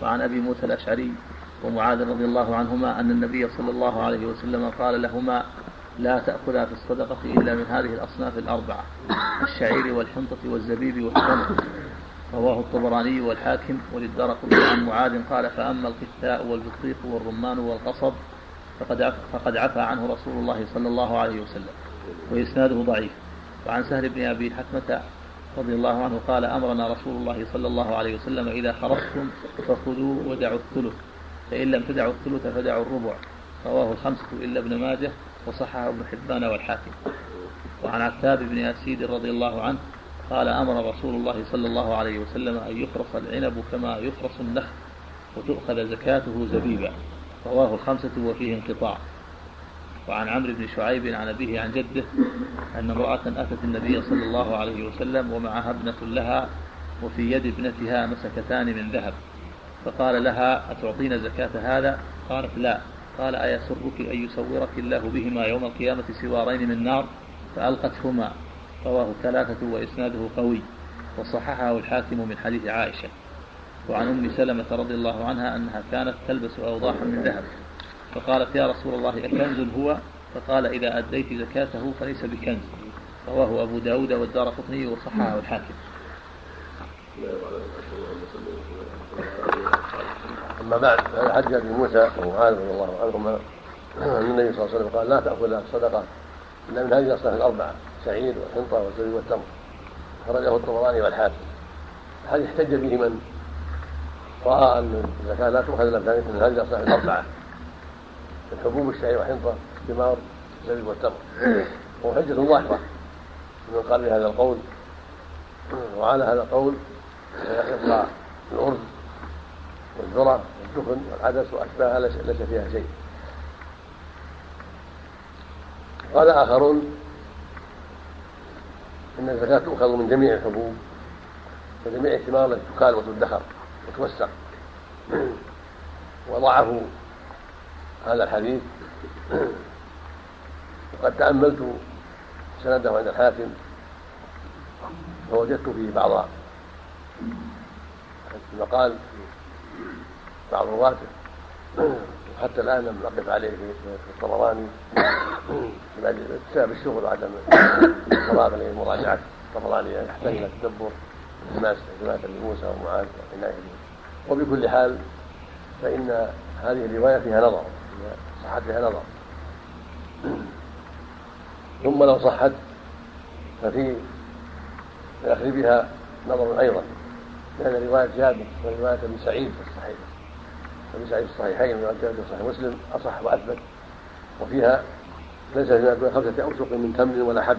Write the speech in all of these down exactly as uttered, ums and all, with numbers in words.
وعن أبي موسى الأشعري ومعاذ رضي الله عنهما أن النبي صلى الله عليه وسلم قال لهما: لا تأكلا في الصدقة إلا من هذه الأصناف الأربعة: الشعير والحنطة والزبيب والتمر. رواه الطبراني والحاكم. وللدارقطني عن معاذ قال: فأما القثاء والبطيخ والرمان والقصب فقد فقد عفى عنه رسول الله صلى الله عليه وسلم. وإسناده ضعيف. وعن سهل بن أبي حكمة رضي الله عنه قال: أمرنا رسول الله صلى الله عليه وسلم: إذا خرجتم فخذوا ودعوا الثلث، فإن لم تدعوا الثلث فدعوا الربع. رواه الخمسة إلا ابن ماجه، وصححه ابن حبان والحاكم. وعن عتاب بن أسيد رضي الله عنه قال: أمر رسول الله صلى الله عليه وسلم أن يخرص العنب كما يخرص النخل وتؤخذ زكاته زبيبا. رواه الخمسة وفيه انقطاع. وعن عمرو بن شعيب عن أبيه عن جده أن امرأة أتت النبي صلى الله عليه وسلم ومعها ابنة لها وفي يد ابنتها مسكتان من ذهب، فقال لها: أتعطين زكاة هذا؟ قالت: لا. قال: أيسرك أن يسورك الله بهما يوم القيامة سوارين من نار؟ فألقتهما. رواه الثلاثة وإسناده قوي، وصححه الحاكم من حديث عائشة. وعن أم سلمة رضي الله عنها أنها كانت تلبس أوضاحا من ذهب، فقالت: يا رسول الله أكنز هو؟ فقال: إذا أديت زكاته فليس بكنز. رواه أبو داود والدارقطني وصححه الحاكم. أما بعد، حديث أبي موسى ومعاذ رضي الله عنهما أن النبي صلى الله عليه وسلم قال: لا تأكل الصدقة إلا من هذه الأصناف الأربعة: الشعير والحنطة والزبيب والتمر. خرجه الطبراني والحاكم. هذا احتج به من رأى أن الزكاة لا تؤخذ إلا من هذه الأصناف الأربعة: الحبوب، الشعير والحنطة، الثمار، الزبيب والتمر. وحجة ظاهرة من قال بهذا القول. وعلى هذا القول يبقى الأرز والذرة والدخن والعدس وأشباهها ليس فيها شيء. قال آخرون إن الزكاة تؤخذ من جميع الحبوب وجميع الثمار التي تكال وتدخر وتوسع، وضعفوا هذا الحديث. وقد تأملت سنده عند الحاكم فوجدت فيه بعض المقال بعض رواته، وحتى الآن لم أقف عليه في الطبراني بسبب الشغل وعدم الفراغ لمراجعة الطبراني. يحتاج إلى تدبر حماية لموسى ومعاذ وعناية به. وبكل حال فإن هذه الرواية فيها نظر، صحت فيها نظر. ثم لو صحت ففي الأخذ بها نظر أيضا، لأن رواية جابر ورواية ابن سعيد في الصحيح ابن سعيد في الصحيحين ورواية جابر في صحيح مسلم أصح وأثبت، وفيها ليس هناك خمسة أوسق من تمر ولا حب.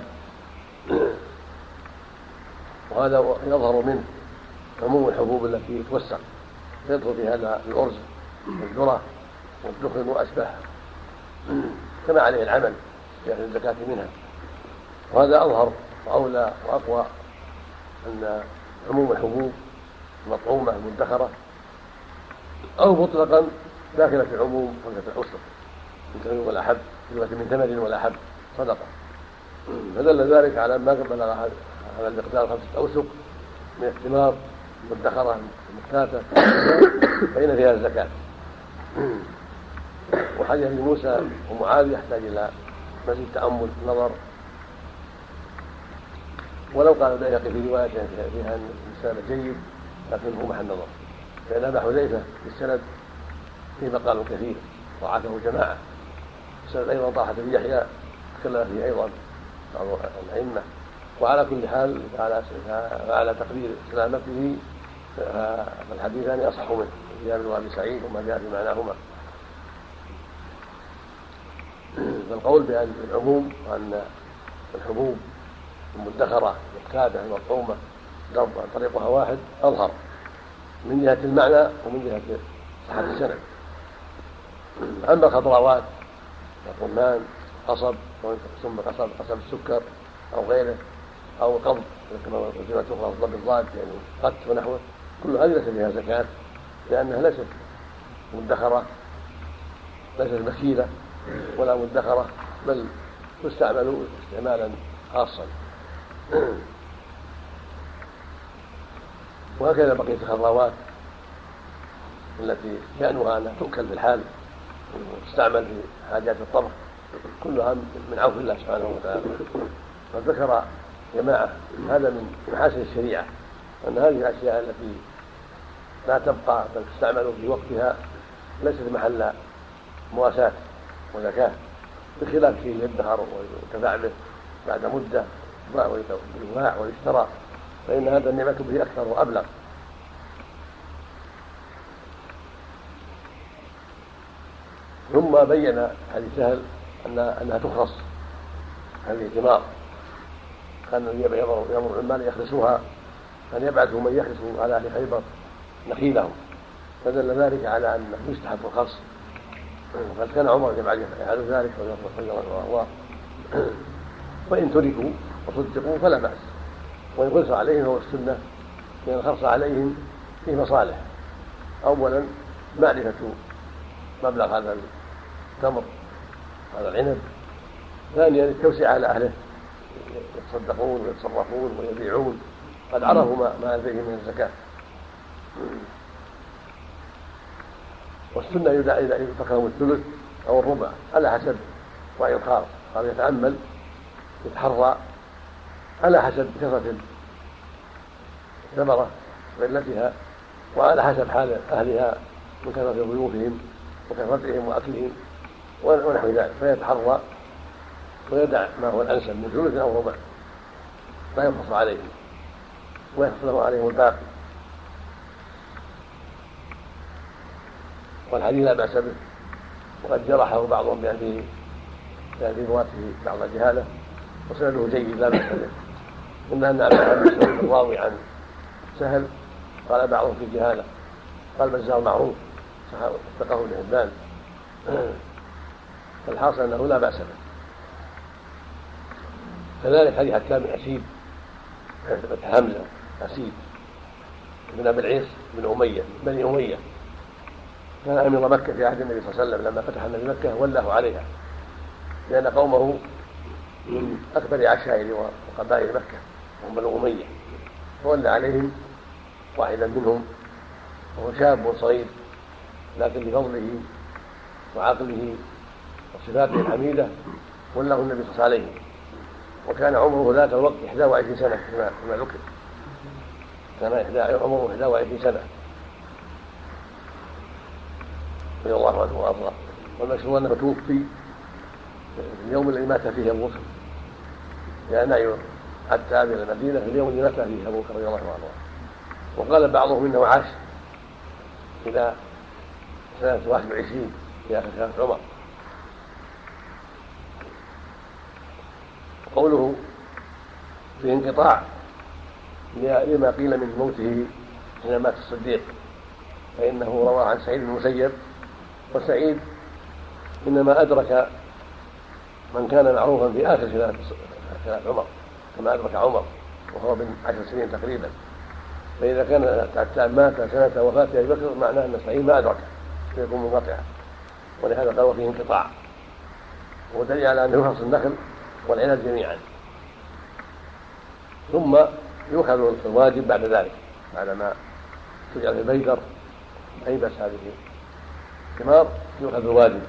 وهذا يظهر منه عموم الحبوب التي توسع، يدخل في هذا الأرز والذرة والدخن وأشباهها، كما عليه العمل في أخذ الزكاة منها. وهذا أظهر وأولى وأقوى أن عموم الحبوب المطعومة المدخرة أو مطلقا داخلة في عموم خمسة الأوسق من تمر ولا حب، من تمر ولا حب صدقة. فدل ذلك على ما بلغ هذا المقدار خمسة أوسق من الثمار المدخرة المختاتة فإن فيها الزكاة. وحديث ابن موسى ومعاذ يحتاج إلى مزيد تأمل نظر. ولو قال البيهقي في رواية فيها أن السند جيد لكنه محل نظر، فإن أبا حذيفة في السند فيه مقال كثير ضعفه جماعة. السند أيضا طاحة بن يحيى تكلم فيه أيضا بعض الأئمة. وعلى كل حال على تقدير سلامته فالحديثان أصح منه، جابر وأبي سعيد وما جاء في معناهما. فالقول بأن العموم وأن الحبوب المدخرة المختاتة المطعومة طريقها واحد أظهر من جهة المعنى ومن جهة صحة السند. أما الخضروات الرمان قصب ثم قصب قصب السكر أو غيره أو قبض كما كما تخرج ضد الضاد يعني قط ونحوه، كل هذه ليس فيها زكاة لأنها ليست مدخرة، ليست بخيلة ولا مدخرة، بل تستعمل استعمالا خاصا. وهكذا بقية الخضروات التي شأنها أنها تؤكل في الحال وتستعمل في حاجات الطبخ كلها من عفو الله سبحانه وتعالى. قد ذكر جماعة هذا من محاسن الشريعة أن هذه الأشياء التي لا تبقى بل تستعمل في وقتها ليست محل مواساة وزكاة، بخلاف شيء يدخر وينتفع به بعد مدة ويباع ويشترى فإن هذا النعمة به أكثر وأبلغ. ثم بين حديث سهل أنها تخرص هذه الثمار، كان يأمر العمال يخرسوها، كان يبعثوا من يخرس على أهل خيبر نخيلهم، فدل ذلك على أنه يستحب الخرص، وقد كان عمر يفعل ذلك رضي الله عنه. وإن تركوا وصدقوا فلا بأس، وإن خرص عليهم هو السنة، لأن الخرص عليهم فيه مصالح: أولا معرفة مبلغ هذا التمر هذا العنب، ثانيا التوسعة على أهله يتصدقون ويتصرفون ويبيعون، قد عرفوا ما لديهم من الزكاة. والسنة إذا يتقام الثلث أو الربع على حسب وعي الخاص، قال يتأمل يتحرى على حسب كثرة الثمرة وقلتها، وعلى حسب حال أهلها من كثرة ضيوفهم وكثرتهم وأكلهم ونحو ذلك، فيتحرى ويدع ما هو الأنسب من ثلث أو ربع لا ينقص عليهم ويحصل عليهم الباقي. والحديث لا بأس به، وقد جرحه بعضهم بأن في رواته بعض الجهالة، وسنده جيد لا بأس به. إلا أن عبد الراوي عن سهل قال بعضهم في جهالة، قال بزار معروف اتقاه ابن حبان، فالحاصل أنه لا بأس به. كذلك حديث حكام بن أسيد فتح حمزة أسيد بن أبي العيس بن أمية بني أمية، كان أمير مكة في عهد النبي صلى الله عليه وسلم، لما فتح النبي مكة ولاه عليها، لأن قومه من أكبر عشائر وقبائل مكة وهم بنو أمية، فولى عليهم واحدا منهم وهو شاب صغير، لكن بفضله وعقله وصفاته الحميدة ولاه النبي صلى الله عليه وسلم، وكان عمره ذاك الوقت إحدى وعشرين سنة كما ذكر، كان عمره إحدى وعشرين سنة رضي الله عنه وارضاه. والمشهور انه توفي في اليوم الذي مات فيه ابو بكر، لان يعير حتى الى المدينه في اليوم الذي مات فيه ابو بكر رضي الله عنه. وقال بعضهم انه عاش الى سنه واحد وعشرين في اخر خلافه عمر. وقوله في انقطاع لما قيل من موته حين مات الصديق، فانه روى عن سعيد بن المسيب، وسعيد إنما أدرك من كان معروفا في آخر خلافة عمر كما أدرك عمر وهو من عشر سنين تقريبا، فإذا كان حتى مات سنة وفاة أبي بكر معناه أن سعيد ما أدركه فيكون منقطعا، ولهذا قال فيه انقطاع، ودليل على أنه يخص النخل والعنب جميعا. ثم يؤخذ الواجب بعد ذلك بعدما تجعل في البيدر أيبس هذه الثمار يؤخذ الواجب.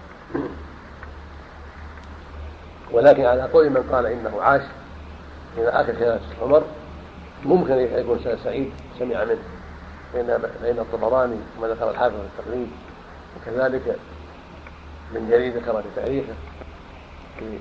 ولكن على قول من قال إنه عاش إلى آخر خلافة عمر ممكن يكون سعيد سمع منه، فإن الطبراني كما ذكر الحافظ في التقريب، وكذلك من جرير ذكر في تاريخه في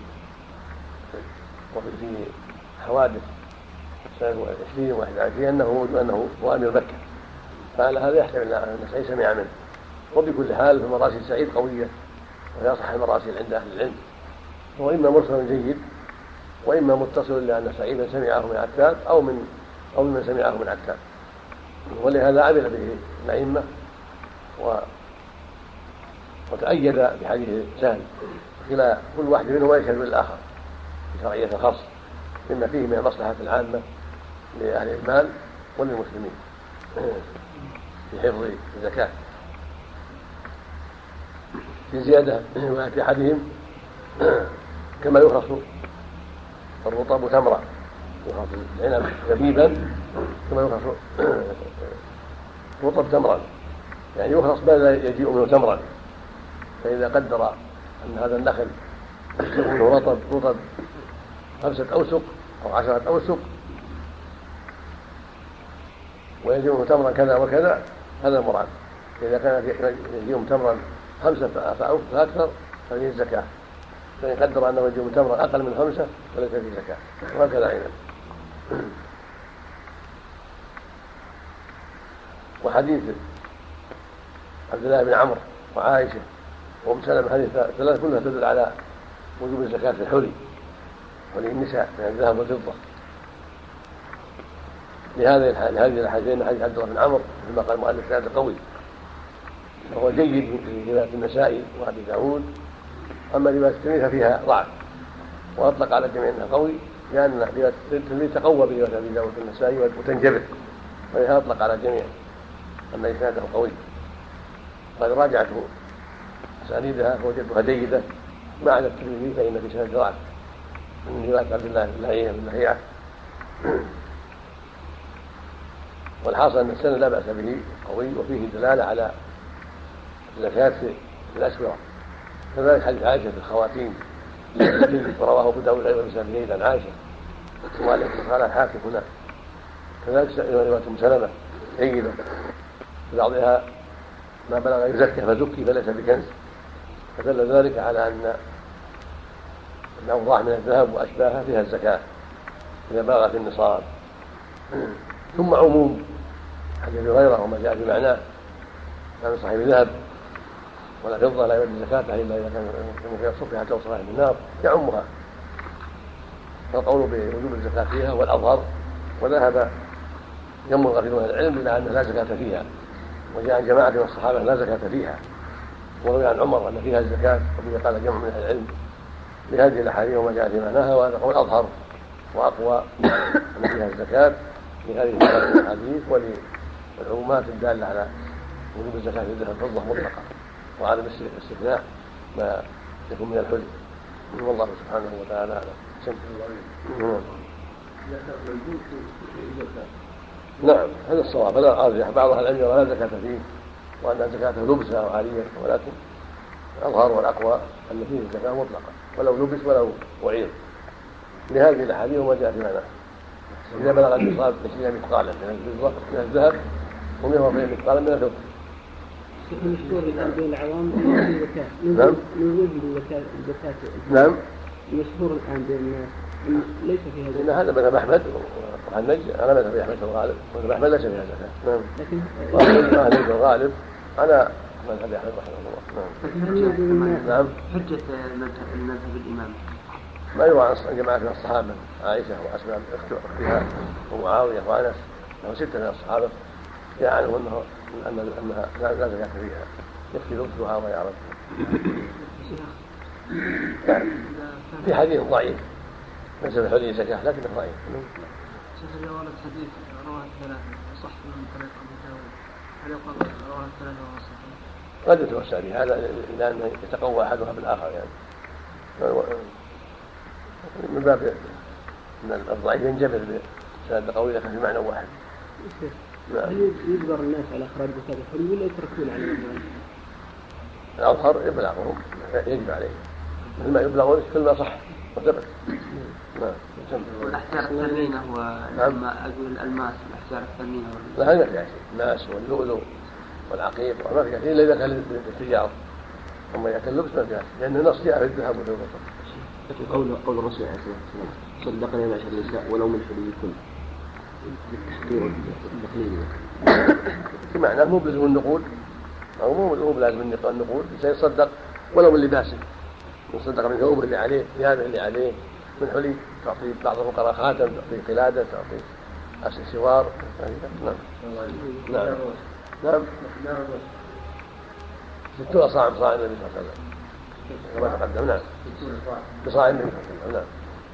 وفي حوادث سنة عشرين واحد وعشرين أنه أنه هو أمير مكة، فعلى هذا يحتمل أن سعيد سمع منه. وبكل حال فمراسل سعيد قوية وهي أصح المراسل عند أهل العلم، هو إما مرسل جيد وإما متصل لأن سعيدا سمعه من عتاب أو من أو من سمعه من عتاب، ولهذا عمل به الأئمة و وتأيد بحديث سهل، كلا كل واحد منهما يشهد بالآخر بشرعية الخاصة مما فيه من المصلحة العامة لأهل المال وللمسلمين في حفظ الزكاة. في زيادة في أحدهم كما يخص الرطب تمرا، يخص العنب زبيبا كما يخص الرطب تمرا، يعني يخلص ما لا يجيء منه تمرا. فإذا قدر أن هذا النخل يجيء منه رطب رطب خمسة أوسق أو عشرة أوسق ويجيء منه تمرا كذا وكذا، هذا مراد. إذا كان يجيء تمرا خمسة فأكثر ففيه الزكاة، فإن قدر أنه يجيء تمرا أقل من خمسة فليس فيه زكاة، وهكذا أيضا. وحديث عبد الله بن عمرو وعائشة وأم سلمة هذه الثلاث كلها تدل على وجوب الزكاة في الحلي، حلي النساء من الذهب والفضة. لهذه لهذه الحديثين حديث عبد الله بن عمرو كما قال المؤلف هذا قوي وهو جيد في رواية النسائي وأبي داود. أما رواية الترمذي ففيها ضعف، وأطلق على الجميع أنها قوي لأن رواية الترمذي تقوى برواية أبي داود والنسائي وتنجبر، ولهذا أطلق على الجميع أن إسناده قوي. قد راجعته أسانيدها فوجدتها جيدة ما عدا الترمذي فإن في سند ضعف من رواية عبد الله بن لهيعة بن لهيعة. والحاصل أن السند لا بأس به قوي وفيه دلالة على الزكاة في الأسورة. كذلك حديث عائشة في الخواتيم ورواه أبو داود أيضا بسند عن عائشة ومالك قال الحاكم هنا. كذلك رواية أم سلمة جيدة في بعضها ما بلغ يزكى فزكي فليس بكنز، فدل ذلك على أن الأوضاع من الذهب وأشباهها فيها الزكاة إذا بلغت النصاب. ثم عموم حديث هريرة وما جاء في معناه كان صاحب ذهب ولا فضة لا يؤدي الزكاة إلا إذا كان فيها الصفر حتى وصلها من النار يعمها. فالقول بوجوب الزكاة فيها والأظهر، وذهب جمع غفير من العلم إلى أن لا زكاة فيها، وجاء عن جماعة من الصحابة لا زكاة فيها، وروي عن عمر أن فيها الزكاة وبه قال جمع من العلم لهذه الأحاديث وما جاء في معناها، وهذا قول أظهر وأقوى أن فيها الزكاة لهذه الأحاديث والعمومات الدالة على وجوب الزكاة في الذهب والفضة مطلقة، وعدم الاستثناء ما يكون من الحلي. والله سبحانه وتعالى أعلم. نعم هذا الصواب، هذا الأرجح. بعض أهل العلم يرى لا زكاة فيه وأن زكاته لبسة أو عارية، ولكن الأظهر والأقوى أن فيه الزكاة مطلقة ولو لبس ولو وعير لهذه الأحاديث وما جاء في معناه. إذا بلغ النصاب عشرين مثقالا من الذهب ومئة وأربعين مثقالا من الفضة. المشهور الآن بين العوام الزكاة. نعم. من وجه الزكاة الزكاة. نعم. المشهور الآن بين الناس ليس فيها زكاة. إن هذا مذهب أحمد وحنج، أنا مذهب أحمد في الغالب، مذهب أحمد ليس فيها زكاة. نعم. لكن وحنج في الغالب أنا مذهب أحمد رحمه الله. نعم. نعم. حجة المذهب الإمام. ما يروى عن جماعة من الصحابة عائشة وأسماء أختها ومعاوية وأنس له ستة من الصحابة جاء عنهم أنه أنها لا زكاة فيها يكفي لبسها ويعرف. في حديث ضعيف ليس في الحلي زكاة لكنه ضعيف. شيخ إذا ورد حديث رواه الثلاثة صح من طريق أبي داود هل يقال رواه الثلاثة وصحيح؟ قد يتوسع به هذا لأنه يتقوى أحدها بالآخر يعني من باب ان الضعيف ينجبر بسند قوي لكن في معنى واحد. هل يجبر الناس على اخراج زكاة الحلي ولا يتركون على الإمام؟ الأظهر إبلاغهم يجب عليه مثل ما يبلغون كل ما صح وثبت. نعم. والأحجار الثمينة ولما أقول الألماس الأحجار الثمينة لا هذا فيها شيء، الماس واللؤلؤ والعقيق وما فيها شيء إلا إذا كان للتجارة، أما إذا كان لبس ما فيها شيء لأن النص جاء في الذهب والفضة. لكن قول قول الرسول عليه الصلاة والسلام صدقني يا معشر النساء ولو من حليكن للتحقير والتقليل. معناه مو بلزم النقود أو مو مو بلازم النقود، سيصدق ولو من لباسه، يصدق من ثوبه اللي عليه، ثيابه اللي عليه، من حلي تعطي بعض الفقراء خاتم، تعطي قلادة، تعطي أكسسوار. نعم. نعم. نعم. ستون صاع صاع النبي صلى الله عليه وسلم كما تقدم. نعم. بصاع النبي صلى الله عليه وسلم.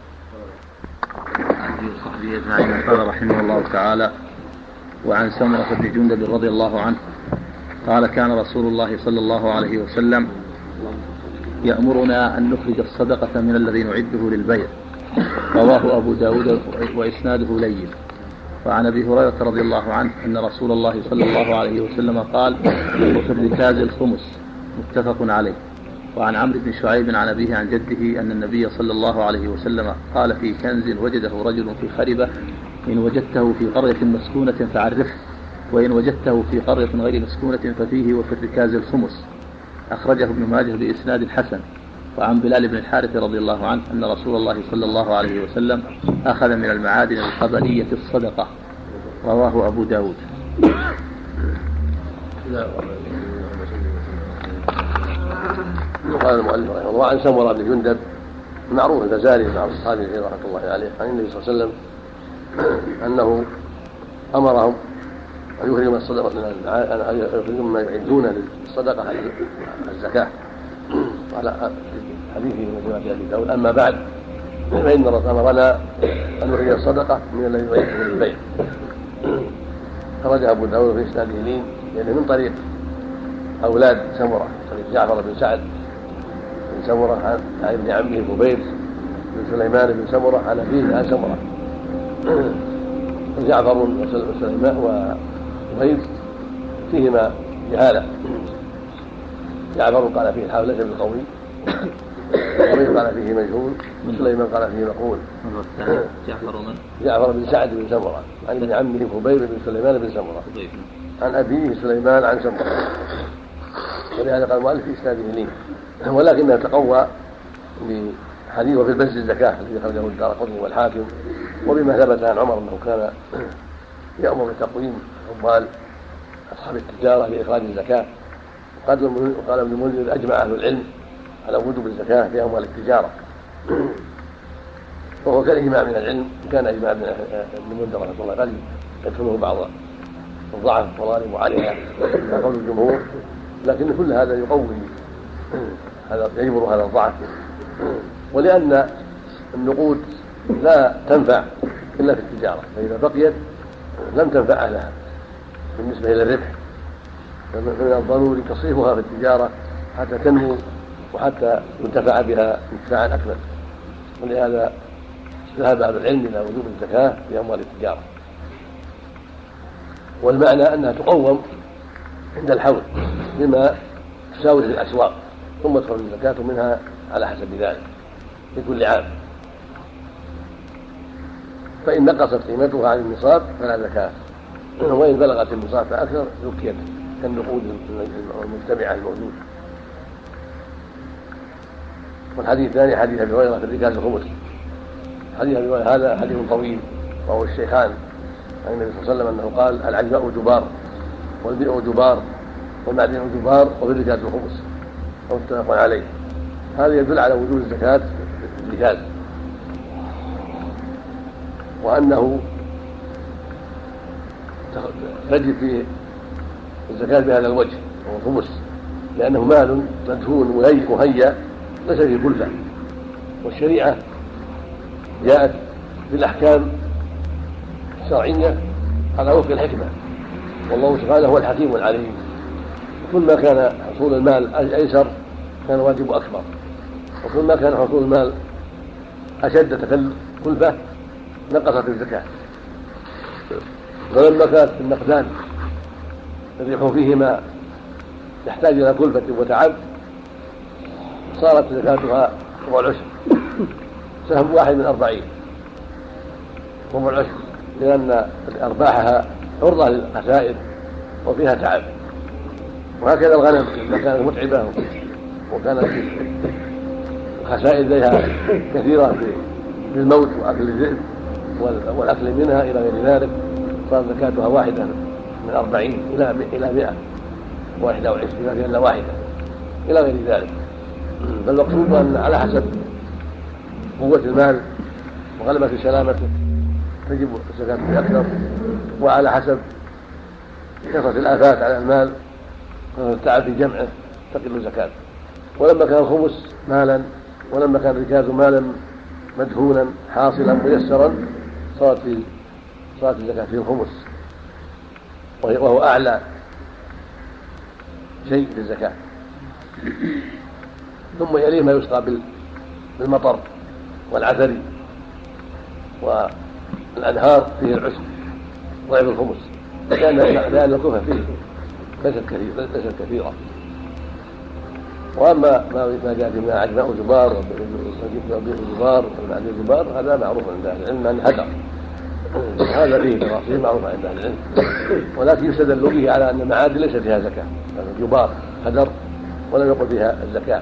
عن صحبه أجمعين. قال رحمه الله تعالى: وعن سمرة بن جندب رضي الله عنه قال: كان رسول الله صلى الله عليه وسلم يأمرنا أن نخرج الصدقة من الذي نعده للبيع. رواه أبو داود وإسناده لين. وعن أبي هريرة رضي الله عنه أن رسول الله صلى الله عليه وسلم قال: وفي الركاز الخمس، متفق عليه. وعن عمرو بن شعيب عن أبيه عن جده أن النبي صلى الله عليه وسلم قال في كنز وجده رجل في خربة: إن وجدته في قرية مسكونة فعرفه، وإن وجدته في قرية غير مسكونة ففيه وفي الركاز الخمس. أخرجه ابن ماجه بإسناد حسن. وعن بلال بن الحارث رضي الله عنه أن رسول الله صلى الله عليه وسلم أخذ من المعادن الخبرية الصدقة. رواه أبو داود. قال المؤلف رحمه الله: عن سمرة بن جندب المعروف الفزاري مع أصحابه رحمة الله عليه عن النبي صلى الله عليه وسلم أنه أمرهم أن يخرجوا من الصدقة أن يخرجوا مما يعدون للصدقة الزكاة. على حديثه من في أبي داود: أما بعد فإن الرسول أمرنا أن نخرج الصدقة من الذي يعده للبيع. خرج أبو داود في إسناده لين يعني من طريق أولاد سمرة، طريق جعفر بن سعد بن سمرة عن ابن عمه الخبيب بن سليمان بن سمرة عن أبيه عن سمرة. جعفر وسليمان وخبيب فيهما جهالة. جعفر قال فيه الحافظ ليس بالقوي، وخبيب قال فيه مجهول، وسليمان قال فيه مقبول. جعفر من؟ جعفر بن سعد بن سمرة عن ابن عمه خبيب بن سليمان بن سمرة عن أبيه سليمان عن سمرة. ولهذا قال المؤلف في إسناده لين، ولكنه تقوى بحديث وفي البز الزكاة الذي خرجه الدارقطني والحاكم، وبما ثبت عن عمر أنه كان يأمر بتقويم عمال أصحاب التجارة لإخراج الزكاة. قال ابن المنذر: أجمع أهل العلم على وجوب الزكاة في أموال التجارة، وهو كالإجماع من العلم. كان إجماع ابن المنذر رحمه الله قد يدخله بعض الضعف والغالب عليها على قول الجمهور، لكن كل هذا يقوي هذا يجبر هذا الضعف، ولأن النقود لا تنفع إلا في التجارة، فإذا بقيت لم تنفع أهلها بالنسبة إلى الربح، فمن الضروري تصريفها في التجارة حتى تنمو وحتى ينتفع بها انتفاعا أكمل. ولهذا ذهب أهل العلم إلى وجوب الزكاة في أموال التجارة، والمعنى أنها تقوم عند الحول بما تساوي في الأسواق، ثم تخرج الزكاة منها على حسب ذلك في كل عام. فإن نقصت قيمتها عن النصاب فلا زكاة، وإن بلغت النصاب فأكثر زكيت كالنقود المجتمعة الموجودة. والحديث الثاني حديث أبي هريرة في الركاز الخمس. حديث أبي هريرة هذا حديث طويل، وهو الشيخان عن النبي صلى الله عليه وسلم أنه قال: العجماء جبار، والبئر جبار، والمعدن جبار، وفي الركاز الخمس، متفق عليه. هذا يدل على وجوب الزكاة في الركاز، وأنه تجب فيه الزكاة بهذا الوجه وهو الخمس، لأنه مال مدفون مهيأ ليس فيه كلفة، والشريعة جاءت بالأحكام الشرعية على وفق الحكمة، والله سبحانه هو الحكيم العليم. وكل ما كان حصول المال أيسر كان واجب أكبر، وكل ما كان حصول المال أشد كلفة نقصت الزكاة. ولما كانت النقدان الربح فيهما يحتاج إلى كلفة وتعب صارت زكاتها ربع العشر، سهم واحد من أربعين ربع العشر، لأن أرباحها عرضة للخسائر وفيها تعب. وهكذا الغنم لما كانت متعبة وكانت الخسائر لديها كثيرة بالموت وأكل الذئب والأكل منها إلى غير ذلك، صارت زكاتها واحدة من أربعين إلى إلى مئة واحدة وعشرين إلا واحدة إلى غير ذلك. فالمقصود أن على حسب قوة المال وغلبة سلامته تجب الزكاة في أكثر، وعلى حسب كثرة الآفات على المال والتعب في جمعه تقل الزكاة. ولما كان الخمس مالا ولما كان الركاز مالا مدهونا حاصلا ميسرا صارت في صارت الزكاة في الخمس، وهو أعلى شيء في الزكاة. ثم يليه ما يسقى بالمطر والعثر والأنهار فيه العشر، ضعف الخمس، لأن لأن الكفة فيه ليست كثيرة ليست كثيرة. وأما ما جاء في عجماء الزبار وبيع الزبار ومعدن الزبار هذا معروف عند أهل العلم أن هدر، هذا فيه تفاصيل معروفة عند أهل العلم، ولكن يستدل به على أن المعادن ليس فيها زكاة، الجبار هدر ولم يقل فيها الزكاة.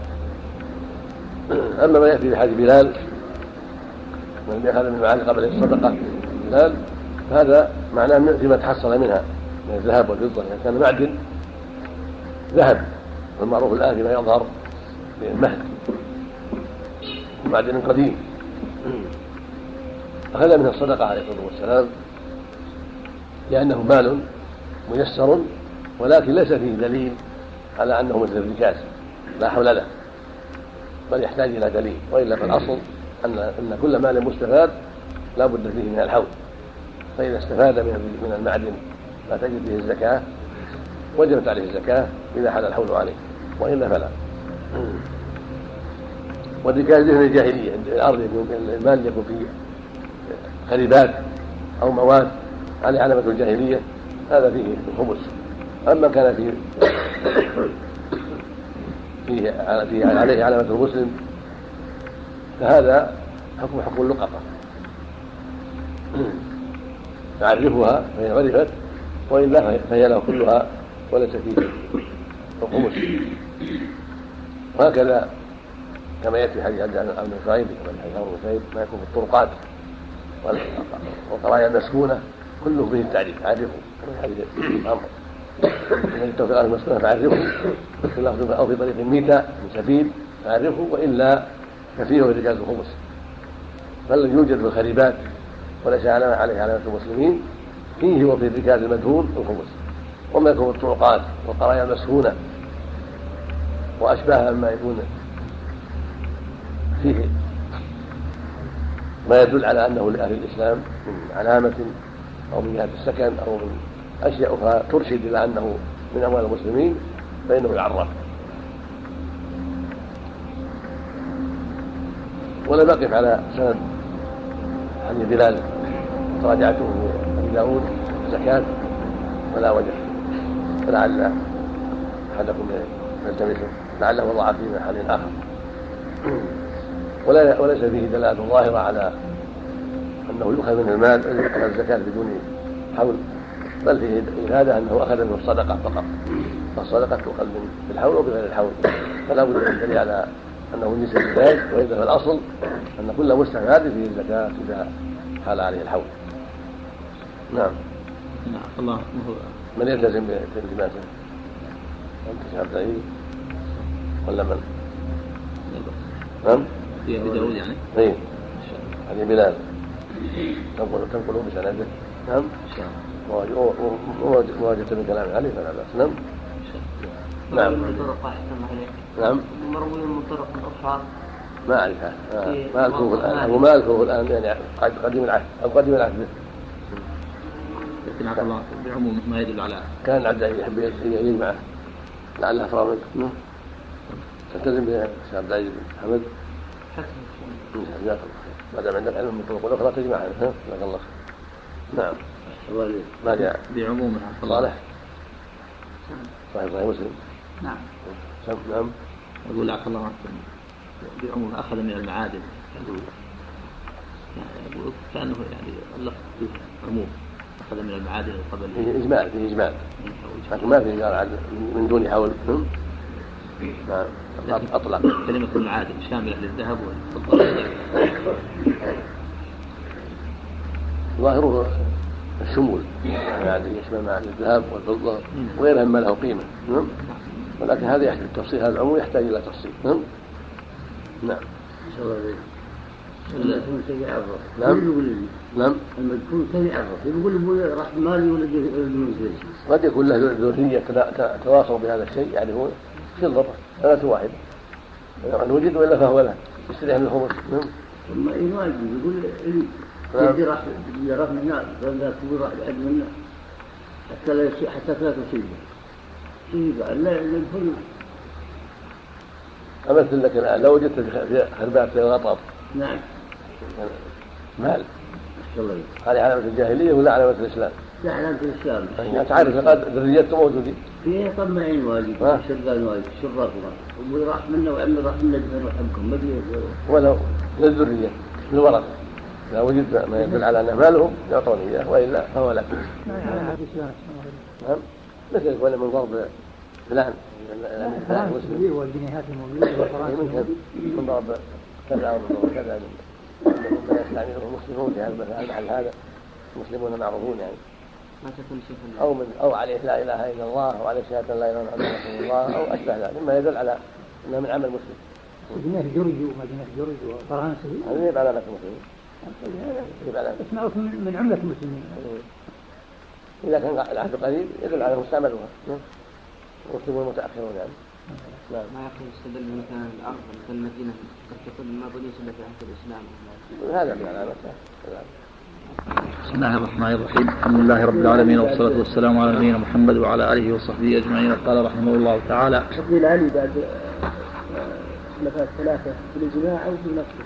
أما ما يأتي في حديث بلال من أخذ من المعادن قبل الصدقة بلال فهذا معناه فيما تحصل منها من الذهب والفضة، إذا كان معدن ذهب والمعروف الآن فيما يظهر من المهد معدن قديم أخذ منه الصدقة عليه الصلاة والسلام لأنه مال ميسر، ولكن ليس فيه دليل على أنه مثل الركاز لا حول له، بل يحتاج إلى دليل، وإلا فالأصل أن أن كل مال مستفاد لا بد فيه من الحول، فإذا استفاد من المعدن لا تجد فيه الزكاة وجبت عليه الزكاة إذا حل الحول عليه، وإلا فلا. والركاز من الجاهلية، الأرض يكون المال يكون فيه خريبات أو مواد عليه علامة الجاهلية هذا فيه الخمس. أما كان فيه فيه عليه علامة المسلم فهذا حكم حكم اللقطة، تعرفها فهي عرفت وإلا فهي له كلها وليس فيه الخمس. وهكذا كما يأتي حديث عن ابن شعيب ما يكون في الطرقات والقرايا المسكونة كله به التعريف، عرفوا كما حديث الأمر إذا جئتوا في الأرض المسكونة فعرفوا، أو في طريق ميتة من سبيل فعرفوا، وإلا ففيه ركاز الخمس. فالذي يوجد في الخريبات وليس علامة عليه علامة المسلمين فيه وفي الركاز المدهون الخمس. وما يكون في الطرقات والقرايا المسكونة وأشباهها مما يكون فيه ما يدل على أنه لأهل الإسلام من علامة أو من جهة السكن أو من أشياء أخرى ترشد إلى أنه من أموال المسلمين فإنه يعرف. ولم أقف على سند حديث بلال راجعته أبي داود زكاة ولا وجه، فلعل أحدكم يلتمسه لعله وضع فيه من حديث آخر، ولا وليس فيه دلالة ظاهرة على أنه يؤخذ من المال الزكاة بدون حول، بل فيه هذا أنه أخذ منه الصدقة فقط، فالصدقة تؤخذ من الحول وبغير الحول، فلا بد من الدليل على أنه ليس بذلك، وإذا فالأصل أن كل مستفاد فيه الزكاة إذا حال عليه الحول. نعم. نعم. الله من يلتزم بالتزاماته؟ أنت عبد العزيز ولا من؟ نعم. في أبي داود يعني؟ إيه. هذه بلال. تنقل تنقل بسنده. نعم. إن شاء الله. وواجهت من كلام عليه فلا بأس. نعم. نعم. نعم. مروي من طرق أخرى. ما أعرفها. ما أذكره الآن. أو ما أذكره الآن يعني قديم العهد أو قديم العهد. لكن عبد الله بعموم ما يدل على. كان عبد العزيز يحب يجمعه. لعله أفراد منه. تلتزم به عبد العزيز حمد. حسن. جزاك الله. ما دام عندك علم من طرق أخرى تجمعها. جزاك الله. نعم. ما جاء. بعمومها. صالح. صحيح صحيح مسلم. نعم. نعم. أقول لك الله عنك بعموم أخذ من المعادن يعني كأنه يعني اللفظ عموم أخذ من المعادن قبل فيه إجمال فيه إجمال لكن ما فيه قال من دون حول. نعم. أطلق كلمة المعادن شاملة للذهب والفضة. ظاهره الشمول يعني يشمل معادن الذهب والفضة وغيرها مما له قيمة. ولكن هذا يحتاج التفصيل، هذا العموم يحتاج إلى تفصيل. نعم. نعم. نعم. نعم. المذكور كان يعرف يقول راح مالي ولا جزء. قد يكون له ذرية تواصلوا بهذا الشيء يعني هو في الضرر ثلاثة واحد أن وجد وإلا فهو له يستريح من الخمس. نعم. ثم إيمان يقول إلي راح يراف من الناس فلا تقول راح يعد منا حتى لا يصير حتى لا تصيبه شيء قال لا يدخل. أمثل لك الآن لو وجدت في خربات في الغطاء. نعم. مال هذه علامة الجاهلية ولا علامة الإسلام؟ لا علامة الإسلام. يعني تعرف لقد ذريته موجودين. في طماعين واجد، شرذان واجد، شراف وراح منه وعمل راح منه جبن وحبكم ما بيه. ولو للذرية للورثة إذا وجد ما يدل على أن مالهم يعطون إياه وإلا فهو لك. نعم مثل يقول من ضرب فلان الفرنسي المسلم والجنيهات الموجودة والفرنسي من ضرب كذا وضرب كذا مما يستعمله المسلمون في هذا المحل هذا المسلمون معروفون يعني ما تكون شيء أو من أو عليه لا إله إلا الله أو عليه شهادة لا إله إلا الله أو أشبه ذلك مما يدل على أنه من عمل مسلم. جنيه جورجي ومدينة جورجي وفرنسي هذا يبقى علامة المسلمين. اسمعوا من عملة المسلمين. إذا كان العهد قريب يدل على مستعملها المسلمون المتأخرون يعني. نعم. ما يكون يستدل مثلا الأرض مثل المدينة قد تكون ما بنيت إلا في عهد الإسلام. هذا من علامتها. بسم الله الرحمن الرحيم. الحمد لله رب العالمين والصلاة والسلام على نبينا محمد وعلى آله وصحبه أجمعين. قال رحمه الله تعالى: تفضيل علي بعد خلفاء الثلاثة في الإجماع أو في نفس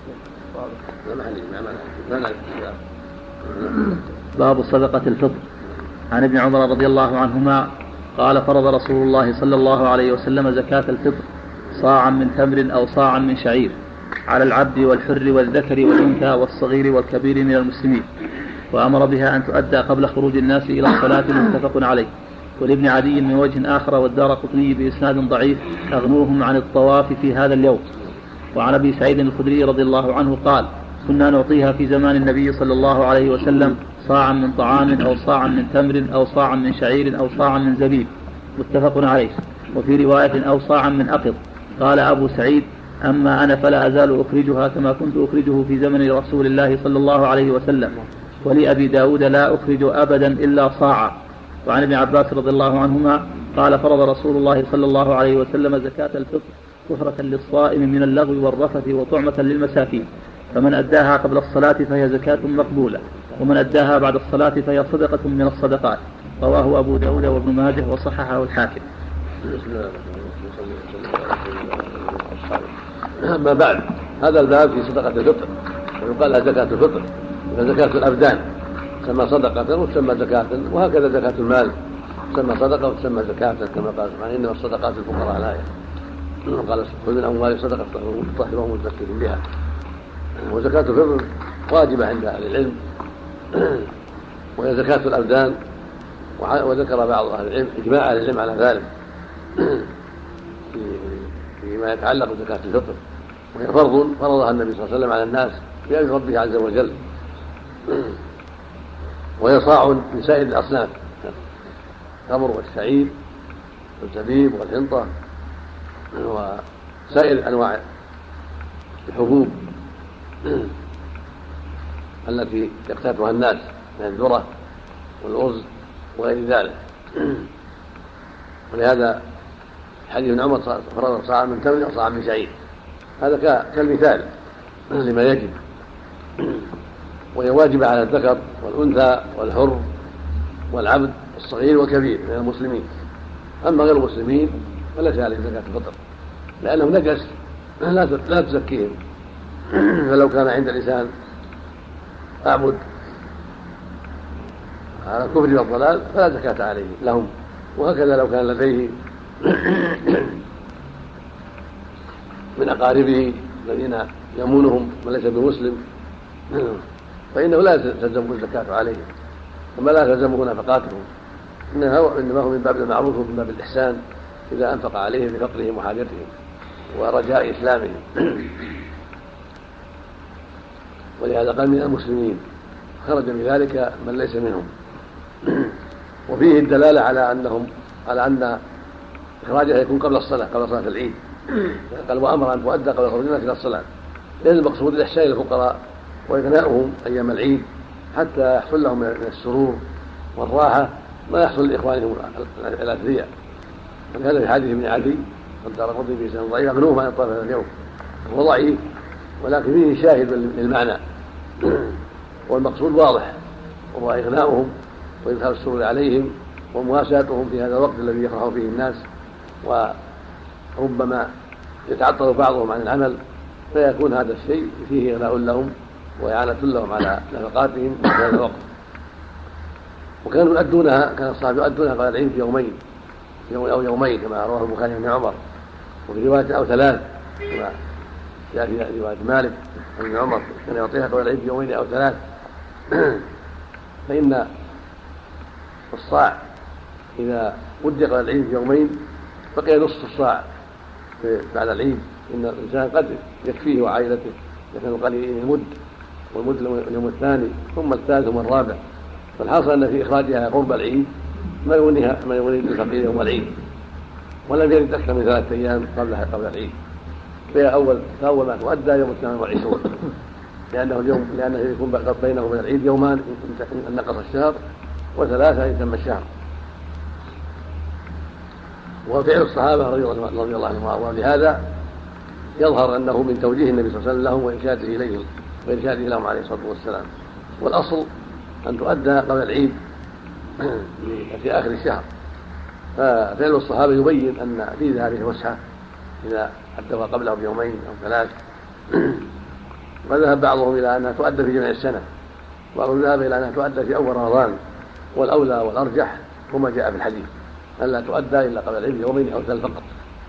الشيء. باب صدقة الفطر. عن ابن عمر رضي الله عنهما قال: فرض رسول الله صلى الله عليه وسلم زكاة الفطر صاعا من تمر أو صاعا من شعير على العبد والحر والذكر والأنثى والصغير والكبير من المسلمين، وأمر بها أن تؤدى قبل خروج الناس إلى الصلاة متفق عليه. ولابن عدي من وجه آخر والدارقطني بإسناد ضعيف: أغنوهم عن الطواف في هذا اليوم. وعن أبي سعيد الخدري رضي الله عنه قال: كنا نعطيها في زمان النبي صلى الله عليه وسلم صاعا من طعام أو صاعا من تمر أو صاعا من شعير أو صاعا من زبيب، متفق عليه. وفي رواية: أو صاعا من أقط. قال أبو سعيد: أما أنا فلا أزال أخرجها كما كنت أخرجه في زمن رسول الله صلى الله عليه وسلم. ولأبي داود: لا أخرج أبدا إلا صاعا. وعن ابن عباس رضي الله عنهما قال: فرض رسول الله صلى الله عليه وسلم زكاة الفطر كفرة للصائم من اللغو والرفث وطعمة للمساكين، فمن أداها قبل الصلاة فهي زكاة مقبولة، ومن أداها بعد الصلاة فهي صدقة من الصدقات. رواه أبو داود وابن ماجه وصححه الحاكم. أما بعد، هذا الباب في صدقة الفطر، ويقال لها زكاة الفطر، وزكاة الأبدان تسمى صدقة وتسمى زكاة، وهكذا زكاة المال تسمى صدقة وتسمى زكاة كما قال سبحانه: إنما الصدقات الفقراء الآية. قال: خذ من أموالهم صدقة تطهرهم وتزكيهم بها. وزكاة الفطر واجبة عند أهل العلم، وهي زكاة الأبدان، وذكر بعض أهل العلم إجماع أهل العلم على ذلك فيما يتعلق بزكاة الفطر، وهي فرض فرضها النبي صلى الله عليه وسلم على الناس بأمر ربه عز وجل. وهي صاع من سائر الأصناف: التمر والشعير والزبيب والحنطة وسائر أنواع الحبوب التي يقتاتها الناس من الذرة والأرز وغير ذلك. ولهذا حديث ابن عمر: فرض صاع من تمر وصاع من شعير. هذا كالمثال لما يجب، وهي واجبة على الذكر والأنثى والحر والعبد الصغير والكبير من المسلمين. أما غير المسلمين فليس عليه زكاة الفطر، لأنهم نجس لا تزكيهم. فلو كان عند الإنسان أعبد على الكفر والضلال فلا زكاة عليه لهم، وهكذا لو كان لديه من أقاربه الذين يمونهم من ليس بمسلم فإنه لا تلزمه الزكاة عليهم، وما لا تلزمه نفقاتهم، إنما هو من باب المعروف ومن باب الإحسان إذا أنفق عليهم بفقرهم وحاجتهم ورجاء إسلامهم. ولهذا قال: من المسلمين، خرج بذلك من ليس منهم. وفيه الدلالة على أنهم على أن إخراجها يكون قبل الصلاة قبل صلاة العيد. قال: وأمر أن تؤدى قبل خروج الناس إلى الصلاة، لأن المقصود الإحسان إلى الفقراء وإغناؤهم أيام العيد حتى يحصل لهم من السرور والراحة ما يحصل لإخوانهم الأثرياء. ولهذا في حديث ابن عدي والدارقطني في سنة ضعيف: أغنوهم عن الطرف هذا اليوم. هو ضعيف ولكن فيه شاهد للمعنى، والمقصود واضح، وهو إغناؤهم وإدخال السرور عليهم ومواساتهم في هذا الوقت الذي يفرح فيه الناس، وربما يتعطل بعضهم عن العمل، فيكون هذا الشيء فيه إغناء لهم وإعانة لهم على نفقاتهم في هذا الوقت. وكانوا يؤدونها كان الصحابة يؤدونها قبل العيد بيومين يوم أو يومين كما رواه البخاري عن عمر، وفي رواية أو ثلاث كما جاء في رواية مالك عن عمر كان يعطيها قبل العيد بيومين أو ثلاث. فإن الصاع إذا ودي قبل العيد بيومين بقي نصف الصاع بعد العيد، إن الإنسان قد يكفيه وعائلته لكن القليل يمد، والمد اليوم الثاني ثم الثالث ثم الرابع. فالحاصل أن في إخراجها قرب العيد ما يغنيها ما يغني الفقير يوم العيد، ولم يرد أكثر من ثلاثة أيام قبلها قبل العيد. فهي أول فأول ما تؤدى يوم الثامن والعشرون، لأنه اليوم لأنه يكون بينه وبين العيد يومان إن نقص الشهر وثلاثة إن تم الشهر. وفعل الصحابة رضي الله عنهم ولهذا يظهر أنه من توجيه النبي صلى الله عليه وسلم لهم وإرشاده إليهم وإرشاده لهم عليه الصلاة والسلام. والأصل أن تؤدى قبل العيد في آخر الشهر. ففعل الصحابة يبين أن في ذلك وسعة إذا أدوا قبله بيومين أو ثلاث. وذهب بعضهم إلى أنها تؤدى في جميع السنة، وبعضهم ذهب إلى أنها تؤدى في أول رمضان، والأولى والأرجح هما جاء في الحديث أن لا تؤدى إلا قبل العيد يومين أو ثلاث فقط.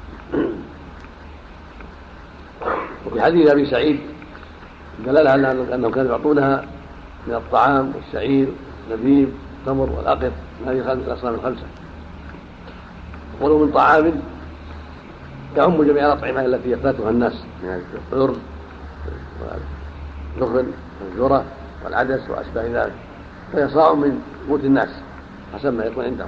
وفي حديث أبي سعيد دلالة على أنهم كانوا يعطونها من الطعام والشعير والزبيب والتمر والأقط من هذه الأصناف الخمسة. ولو من طعام يعم جميع الأطعمة التي يقتاتها الناس من الأرز والدخن والذرة والعدس وأشباه ذلك، فهي صاع من قوت الناس حسب ما يكون عندهم.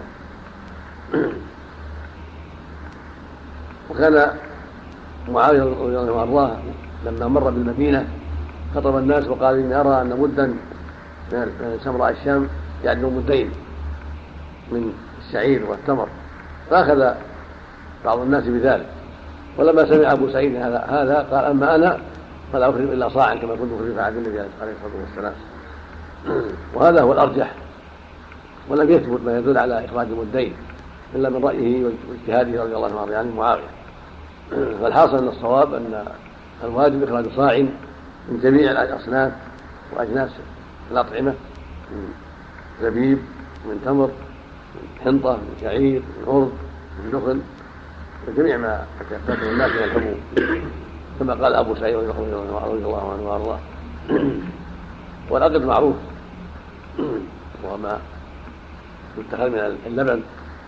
وكان معاوية رضي الله عنه لما مر بالمدينة خطب الناس وقال إني أرى أن مدا من سمراء الشام يعدل مدين من الشعير والتمر، فأخذ بعض الناس بذلك. ولما سمع أبو سعيد هذا هذا قال أما أنا فلا أخرج إلا صاعا كما كنت أخرج في عهد النبي عليه الصلاة والسلام. وهذا هو الأرجح، ولم يثبت ما يدل على إخراج المدين إلا من رأيه واجتهاده رضي الله عنه عن معاوية. فالحاصل أن الصواب أن الواجب إخراج صاع من جميع الأصناف وأجناس الأطعمة، من زبيب من تمر من حنطة من شعير من أرز من دخن وجميع ما يحتاجه الناس من الحبوب، كما قال أبو سعيد رضي الله عنه وأرضاه. والأقط معروف وما يتخذ من اللبن.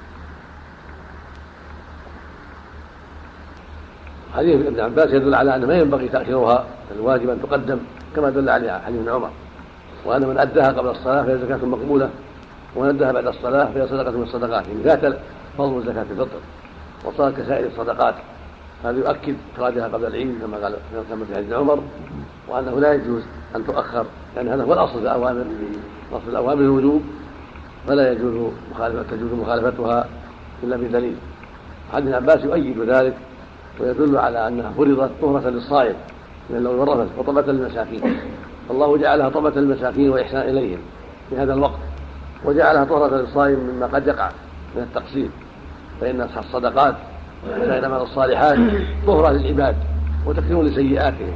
حديث ابن عباس يدل على أن ما ينبغي تأخيرها، الواجب أن تقدم كما دل عليه حديث ابن عمر، وأن من أداها قبل الصلاة فهي زكاة مقبولة، ومن أداها بعد الصلاة فهي صدقة من الصدقات، يعني فات فضل زكاة الفطر وصارت كسائر الصدقات. هذا يؤكد إخراجها قبل العيد كما قال كما في حديث عمر، وأنه لا يجوز أن تؤخر، لأن يعني هذا هو الأصل في الأوامر، أصل الأوامر الوجوب، فلا يجوز مخالفة تجوز مخالفتها إلا بدليل. حديث عباس يؤيد ذلك ويدل على أنها فرضت طهرة للصائم من اللون والرفث وطبة للمساكين. الله جعلها طبة للمساكين وإحسان إليهم في هذا الوقت، وجعلها طهرة للصائم مما قد يقع من التقصير، فإن الصدقات وسائر الأعمال الصالحات طهرة للعباد وتكفير لسيئاتهم.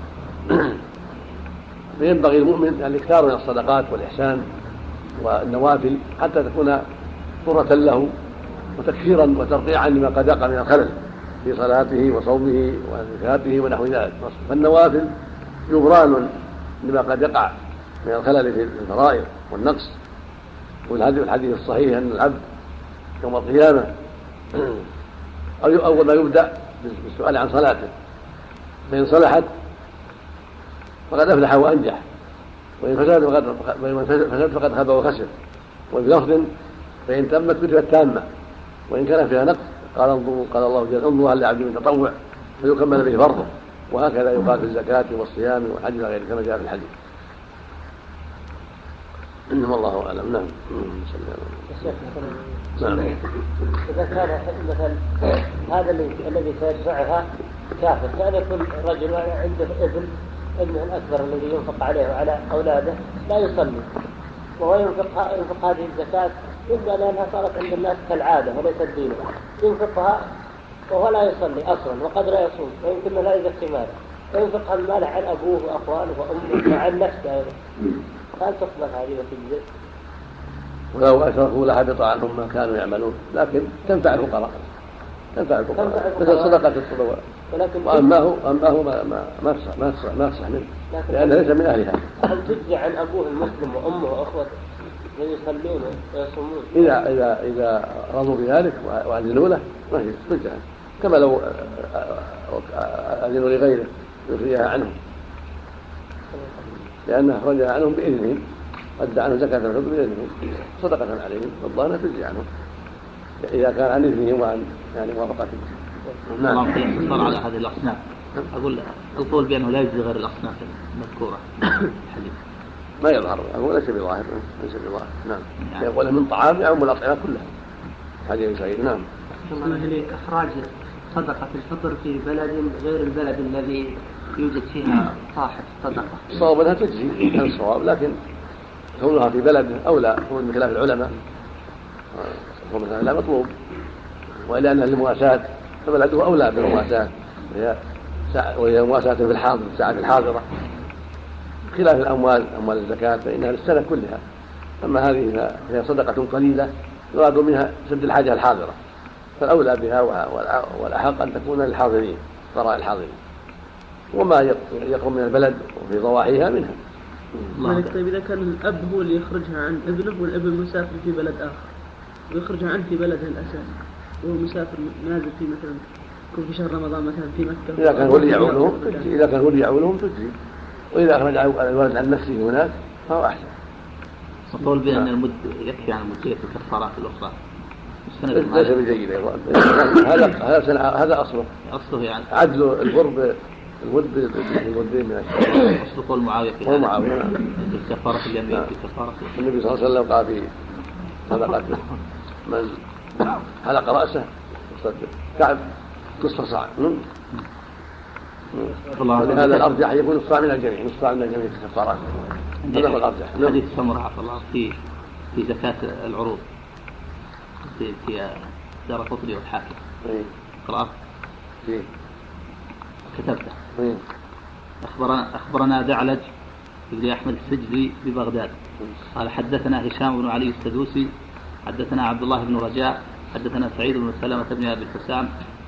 فينبغي المؤمن أن يكثر من الصدقات والإحسان والنوافل حتى تكون طهرة له وتكفيرا وترقيعا لما قد يقع من الخلل في صلاته وصومه وزكاته ونحو ذلك. فالنوافل جبران لما قد يقع من الخلل في الفرائض والنقص. والحديث الصحيح أن العبد يوم القيامة أول ما يبدأ بالسؤال عن صلاته، فإن صلحت فقد أفلح وأنجح، وإن فسدت فقد, فسد فقد خاب وخسر. وفي لفظ فإن تمت كتبت تامة، وإن كان فيها نقص قال انظروا قال الله جل انظروا هل لعبد من تطوع فيكمل به فرضه. وهكذا يقال في الزكاة والصيام والحج وغيره كما جاء في الحديث. إنما الله أعلم. نعم. نعم. إذا كان مثلا هذا الذي سيدفعها كافر، كان يكون رجل عنده ابن ابنه الأكبر الذي ينفق عليه وعلى أولاده لا يصلي، وهو ينفق ينفق هذه الزكاة، يبدأ لأنها صارت عند الناس كالعادة وليست دينه، ينفقها وهو لا يصلي أصلا وقد لا يصوم ويمكن لا يزكي ماله، وينفق المال عن أبوه وأخوانه وأمه وعن نفسه أيضا، هل تقبل هذه وتجزئ؟ ولو أشركوا لحبط عنهم ما كانوا يعملون، لكن تنفع الفقراء، تنفع الفقراء مثل صدقة الصلوات. وأما هو أما هو ما ما ما تصح ما تصح ما تصح منه لأنه ليس من أهلها. هل تجزي عن أبوه المسلم وأمه وأخوته يصلون ويصومون؟ إذا إذا إذا رضوا بذلك وأذنوا له ما هي تجزي عنه، كما لو أذنوا لغيره يخرجها عنهم، لأنه أخرجها عنهم بإذنهم، أدى عنهم زكاة الفطر بإذنهم صدقة عليهم، والله تجزي عنهم إذا كان عن إذنهم وعن يعني موافقتهم. نعم. الله على هذه الأصناف، أقول القول بأنه لا يجزي غير الأصناف المذكورة الحديث ما يظهر، هو ليس بظاهر، ليس بظاهر. نعم. يعني يقول من طعام يعم الأطعمة كلها، هذه صحيح. نعم. إخراج صدقة الفطر في بلد غير البلد الذي يوجد فيها صاحب الصدقة، الصواب أنها تجزي، هذا الصواب، لكن كونها في بلد أولى من خلاف العلماء، ومثلا لا مطلوب، وإلى أنها للمواساة فبلده أولى بالمواساة، وهي وهي مواساة في الحاضر الساعة الحاضرة، خلاف الأموال أموال الزكاة فإنها للسنة كلها. أما هذه فهي صدقة قليلة يراد منها سد الحاجة الحاضرة، فالأولى بها والأحق أن تكون للحاضرين فقراء الحاضرين، وما يقرب من البلد وفي ضواحيها منها. طيب إذا كان الأب هو اللي يخرجها عن ابنه والابن مسافر في بلد آخر ويخرجها عنه في بلده الأساسي وهو مسافر نازل في مثلا يكون في شهر رمضان مثلا في مكة، إذا كان هو اللي يعولهم تجزي، إذا كان هو اللي يعولهم تجزي، وإذا أخرج الولد عن نفسه هناك فهو أحسن. القول بأن المد يكفي عن مدية الكفارات الأخرى ليس بجيد أيضا. هذا هذا هذا أصله أصله يعني عدل القرب الود بالودين من الشيء. أصل قول معاوية في هو معاوية الكفارة اليمين في كفارة النبي صلى الله عليه وسلم قال في صدقة من حلق رأسه كعب نصف صاع، ولهذا الأرجح يكون نصف صاع من الجميع، نصف صاع من الجميع في الكفارات، هذا هو الأرجح. حديث سمرة عفى الله في في زكاة العروض في في دار قطري والحاكم قرأت كتبته. أخبرنا أخبرنا دعلج بن أحمد السجلي ببغداد قال حدثنا هشام بن علي السدوسي حدثنا عبد الله بن رجاء حدثنا سعيد بن سلمة بن أبي الحسام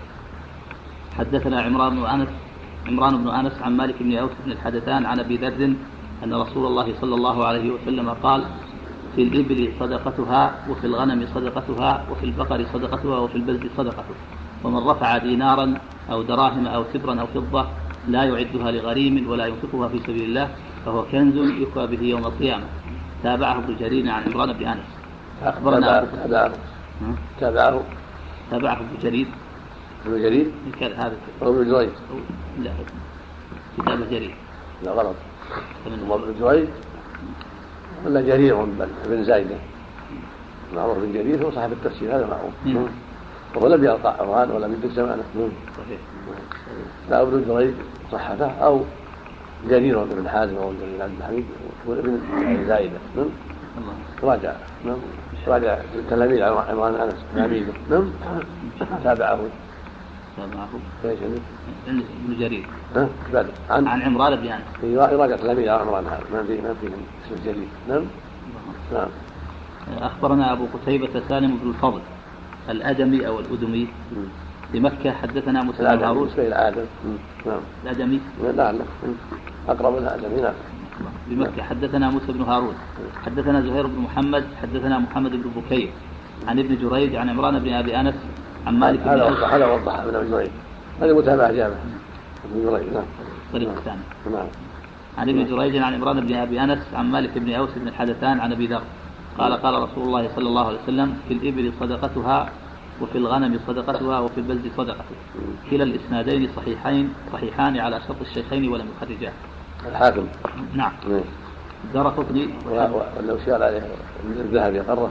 حدثنا عمران بن أنس عمران بن أنس عن مالك بن أوس بن الحدثان عن أبي ذر أن رسول الله صلى الله عليه وسلم قال في الإبل صدقتها وفي الغنم صدقتها وفي البقر صدقتها وفي البز صدقتها، ومن رفع دينارا أو دراهم أو سبرا أو فضة لا يعدها لغريم ولا ينفقها في سبيل الله فهو كنز يكوى به يوم القيامة. تابعه ابن جرير عن عمران بن أنس. أخبرنا تابعه تابعه تابعه ابن جرير ابن جرير هذا أو ابن جرير لا كتاب جرير لا غلط ابن جرير ولا جرير بن زايدة معروف بن جرير هو صاحب التفسير هذا معروف، وهو لم يلقى عوان ولم يدرك زمانه. صحيح. لا ابن جرير صحته أو جرير بن حازم أو جرير عبد الحميد وابن زايدة. راجع نعم راجع تلاميذ عمران أنس تلاميذه. نعم تابعه تابعه ايش ابن جرير ها بعد عن عن عمران بن أنس يراجع تلاميذ عمران هذا ما في ما في اسم جرير. نعم نعم. أخبرنا أبو قتيبة سالم بن الفضل الأدمي أو الأدمي بمكة حدثنا موسى بن هارون الآدم نعم الأدمي لا لا أقرب الأدمي نعم بمكة حدثنا موسى بن هارون حدثنا زهير بن محمد حدثنا محمد بن بكير عن ابن جريج عن عمران بن أبي أنس عن مالك بن هذا وضح هذا وضح ابن جريج هذه متابعة جامعة ابن جريج نعم طريق الثاني نعم عن ابن جريج عن عمران بن أبي أنس عن مالك بن أوس بن الحدثان عن أبي ذر قال قال رسول الله صلى الله عليه وسلم في الإبل صدقتها وفي الغنم صدقتها وفي البز صدقته. كلا الإسنادين صحيحين صحيحان على شرط الشيخين ولم يخرجاه. الحاكم نعم الدارقطني ولو شال عليه الذهب يقره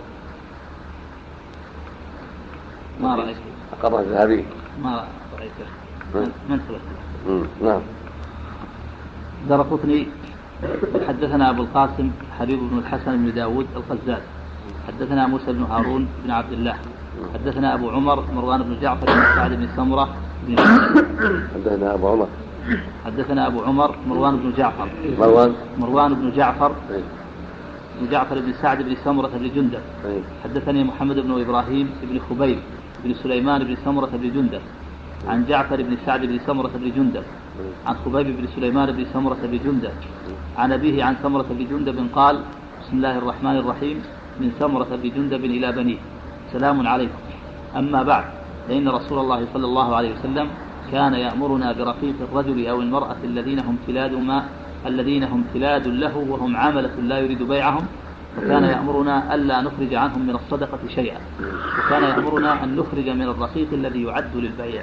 ما رأيت أقره الذهبي ما رأيته من ثبت. نعم الدارقطني حدثنا أبو القاسم حبيب بن الحسن بن داود القزاز حدثنا موسى بن هارون بن عبد الله حدثنا أبو عمر مروان بن جعفر بن سعد بن سمرة بن حدثنا أبو عمر حدثنا أبو عمر مروان بن جعفر مروان مروان بن جعفر أي. بن جعفر بن سعد بن سمرة بن جندب. أي. حدثني محمد بن إبراهيم بن خبيب بن سليمان بن سمرة بن جندب عن جعفر بن سعد بن سمرة بن جندب عن خبيب بن سليمان بن سمرة بن جندب عن أبيه عن سمرة بن جندب قال: بسم الله الرحمن الرحيم، من سمرة بن جندب إلى بنيه، سلام عليكم. أما بعد، فإن رسول الله صلى الله عليه وسلم كان يأمرنا برقيق الرجل أو المرأة الذين هم تلاد ما الذين هم تلاد له وهم عاملة لا يريد بيعهم، وكان يأمرنا ألا نخرج عنهم من الصدقة شيئا، وكان يأمرنا أن نخرج من الرقيق الذي يعد للبيع.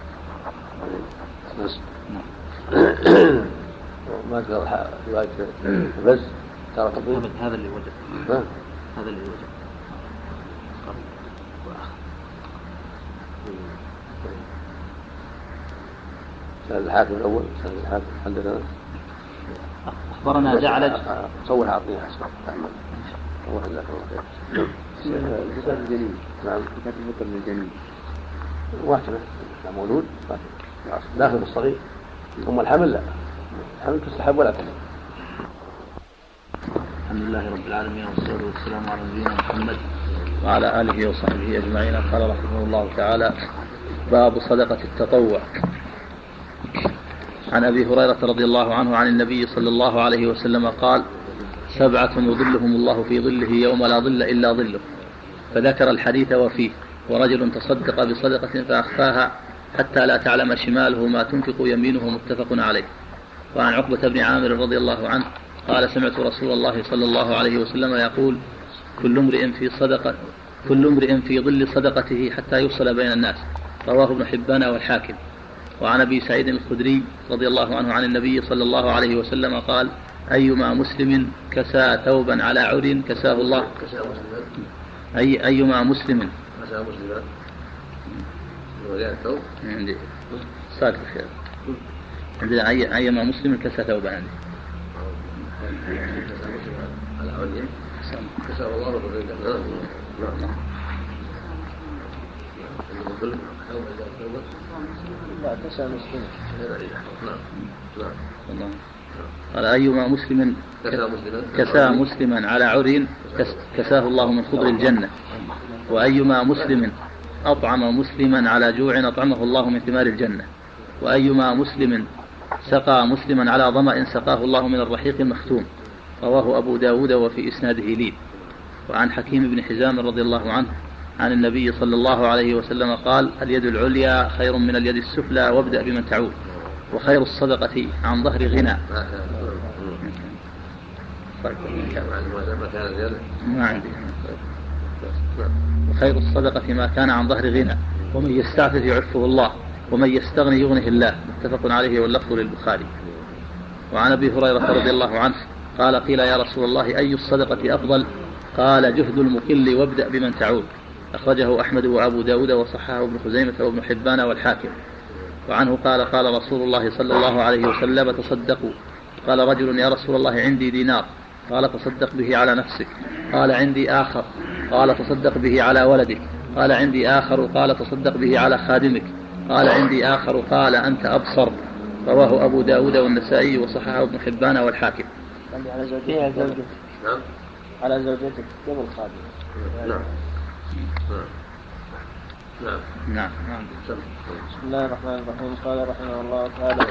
ما ترى رواية بس ترى تطبيق هذا اللي وجد هذا اللي وجد سأل الحاكم الأول سأل الحاكم حدثنا أخبرنا جعلج صور عطيه حسن أحمد صور الله خير. كتاب الجنين. نعم كتاب البكر من الجنين واحدة مولود داخل الصغير. ثم الحمل لا الحمل تستحب ولا تنهى. الحمد لله رب العالمين والصلاة والسلام على نبينا محمد وعلى آله وصحبه أجمعين. قال رحمه الله تعالى: باب صدقة التطوع. عن أبي هريرة رضي الله عنه عن النبي صلى الله عليه وسلم قال: سبعة يظلهم الله في ظله يوم لا ظل إلا ظله، فذكر الحديث وفيه: ورجل تصدق بصدقة فأخفاها حتى لا تعلم شماله ما تنفق يمينه، متفق عليه. وعن عقبة بن عامر رضي الله عنه قال: سمعت رسول الله صلى الله عليه وسلم يقول: كل امرئ في صدقة كل امرئ في ظل صدقته حتى يفصل بين الناس، رواه ابن حبان والحاكم. وعن أبي سعيد الخدري رضي الله عنه عن النبي صلى الله عليه وسلم قال: أيما مسلم كسى ثوبا على عري كساه الله أي أيما مسلم كسى مسلما ولا الثوب عندي صادق خير عندنا أي أيما مسلم كسى ثوبا عندي على عري كساه الله نعم لا كسى مسلم. نعم قال: أيما مسلم كسى مسلما على عري كساه الله من خضر الجنة، وأيما مسلم أطعم مسلما على جوع أطعمه الله من ثمار الجنة، وأيما مسلم سقى مسلما على ظمأ سقاه الله من الرحيق المختوم، رواه أبو داود وفي إسناده لين. وعن حكيم بن حزام رضي الله عنه عن النبي صلى الله عليه وسلم قال: اليد العليا خير من اليد السفلى، وابدأ بمن تعود، وخير الصدقة عن ظهر غنى. ما عندي. وخير الصدقة ما كان عن ظهر غنى، ومن يستعفف يعفه الله، ومن يستغني يغنه الله، متفق عليه واللفظ للبخاري. وعن أبي هريرة رضي الله عنه قال: قيل يا رسول الله أي الصدقة أفضل؟ قال: جهد المقل، وابدأ بمن تعود. أخرجه أحمد وأبو داود وصححه ابن خزيمة وابن حبان والحاكم. وعنه قال: قال رسول الله صلى الله عليه وسلم: تصدقوا. قال رجل: يا رسول الله عندي دينار. قال: تصدق به على نفسك. قال: عندي آخر. قال: تصدق به على ولدك. قال: عندي آخر. قال: تصدق به على خادمك. قال: عندي آخر. قال: أنت أبصر. رواه أبو داود والنسائي وصححه ابن حبان والحاكم. على زوجتك نعم على زوجتك قبل الخادم. نعم نعم نعم نعم. بسم الله الرحمن الرحيم. قال رحمه الله تعالى: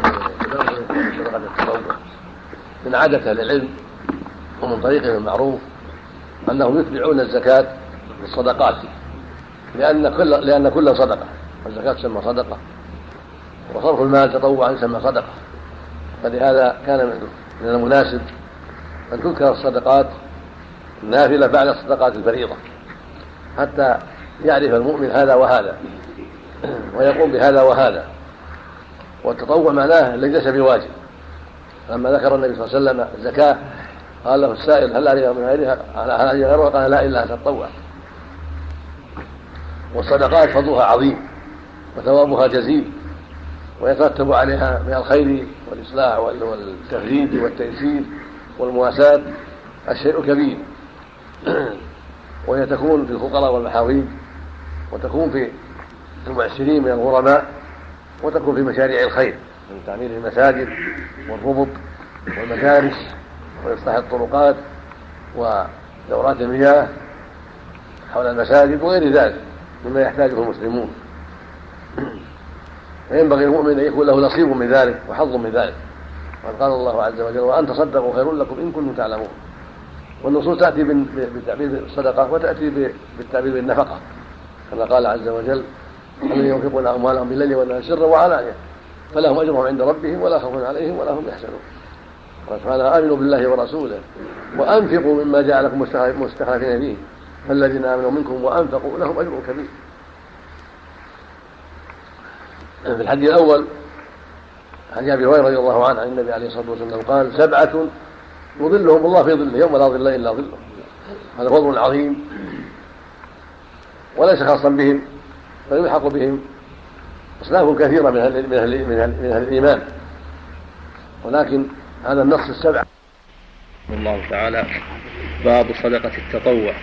من عادة أهل العلم ومن طريقهم المعروف أنهم يتبعون الزكاة بالصدقات، لأن كل لأن كل صدقة، الزكاة تسمى صدقة، وصرف المال تطوعا يسمى صدقة. فلهذا كان من المناسب أن تذكر الصدقات النافلة بعد الصدقات الفريضة، حتى يعرف المؤمن هذا وهذا ويقوم بهذا وهذا. والتطوع معناه ليس بواجب. لما ذكر النبي صلى الله عليه وسلم الزكاة قال له السائل: هل عليها من غيرها؟ هل عليها غيرها؟ قال: لا، إلا أن تتطوع. والصدقات فضلها عظيم وثوابها جزيل، ويترتب عليها من الخير والإصلاح والتفريد والتيسير والمواساة الشيء كبير. وهي تكون في الفقراء والمحاويج، وتكون في المعسرين من الغرماء، وتكون في مشاريع الخير من تعمير المساجد والربط والمدارس وإصلاح الطرقات ودورات المياه حول المساجد وغير ذلك مما يحتاجه المسلمون. فينبغي المؤمن أن يكون له نصيب من ذلك وحظ من ذلك. وقد قال الله عز وجل: وأن تصدقوا خير لكم إن كنتم تعلمون. والنصوص تأتي بالتعبير بالصدقة وتأتي بالتعبير بالنفقة، كما قال عز وجل: الذين ينفقون أموالهم بالليل والنهار سرا وعلانية فلهم أجرهم عند ربهم ولا خوف عليهم ولا هم يحزنون. قال سبحانه: آمنوا بالله ورسوله وأنفقوا مما جعلكم مستخلفين فيه فالذين آمنوا منكم وأنفقوا لهم أجر كبير. في الحديث الأول عن أبي هريرة رضي الله عنه عن النبي عليه الصلاة والسلام قال: سبعة يظلهم الله في ظله يوم لا ظل إلا ظله. هذا فضل عظيم وليس خاصا بهم، بل يلحق بهم أصناف كثيرة من أهل من أهل من أهل من أهل الإيمان، ولكن هذا النص السبع. الله تعالى باب صدقة التطوع.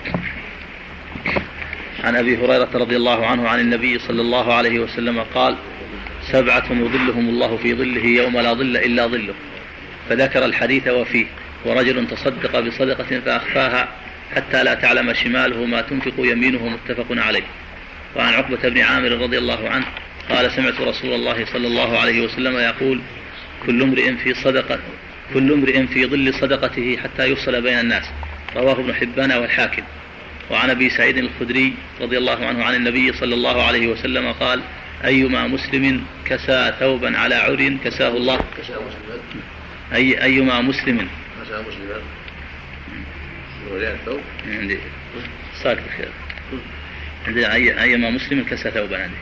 عن أبي هريرة رضي الله عنه عن النبي صلى الله عليه وسلم قال: سبعة يظلهم الله في ظله يوم لا ظل إلا ظله، فذكر الحديث وفيه: ورجل تصدق بصدقة فأخفاها حتى لا تعلم شماله ما تنفق يمينه، متفق عليه. وعن عقبة بن عامر رضي الله عنه قال: سمعت رسول الله صلى الله عليه وسلم يقول: كل امرئ في صدقة كل امرئ في ظل صدقته حتى يفصل بين الناس، رواه ابن حبان والحاكم. وعن أبي سعيد الخدري رضي الله عنه عن النبي صلى الله عليه وسلم قال: أيما مسلم كسى ثوبا على عري كساه الله أي أيما مسلم كسى مسلما عندي صار بخير عندي أي أيما مسلم كسى ثوبا عندي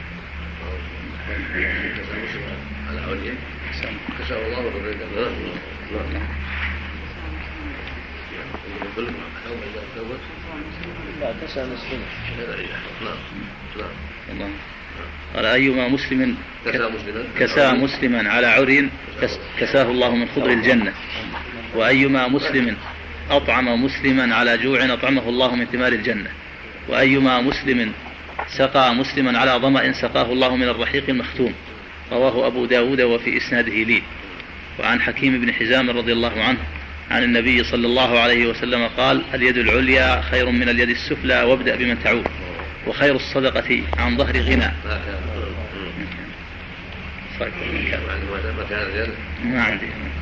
على عري كساه الله لا كسى مسلم. نعم. قال: أيما مسلم كسى مسلما على عري كساه الله من خضر الجنة، وأيما مسلم أطعم مسلما على جوع أطعمه الله من ثمار الجنة، وأيما مسلم سقى مسلما على ظمأ سقاه الله من الرحيق المختوم، رواه أبو داود وفي إسناده لين. وعن حكيم بن حزام رضي الله عنه عن النبي صلى الله عليه وسلم قال: اليد العليا خير من اليد السفلى وابدأ بمن تعود، وخير الصدقة عن ظهر غنى. ما عندي.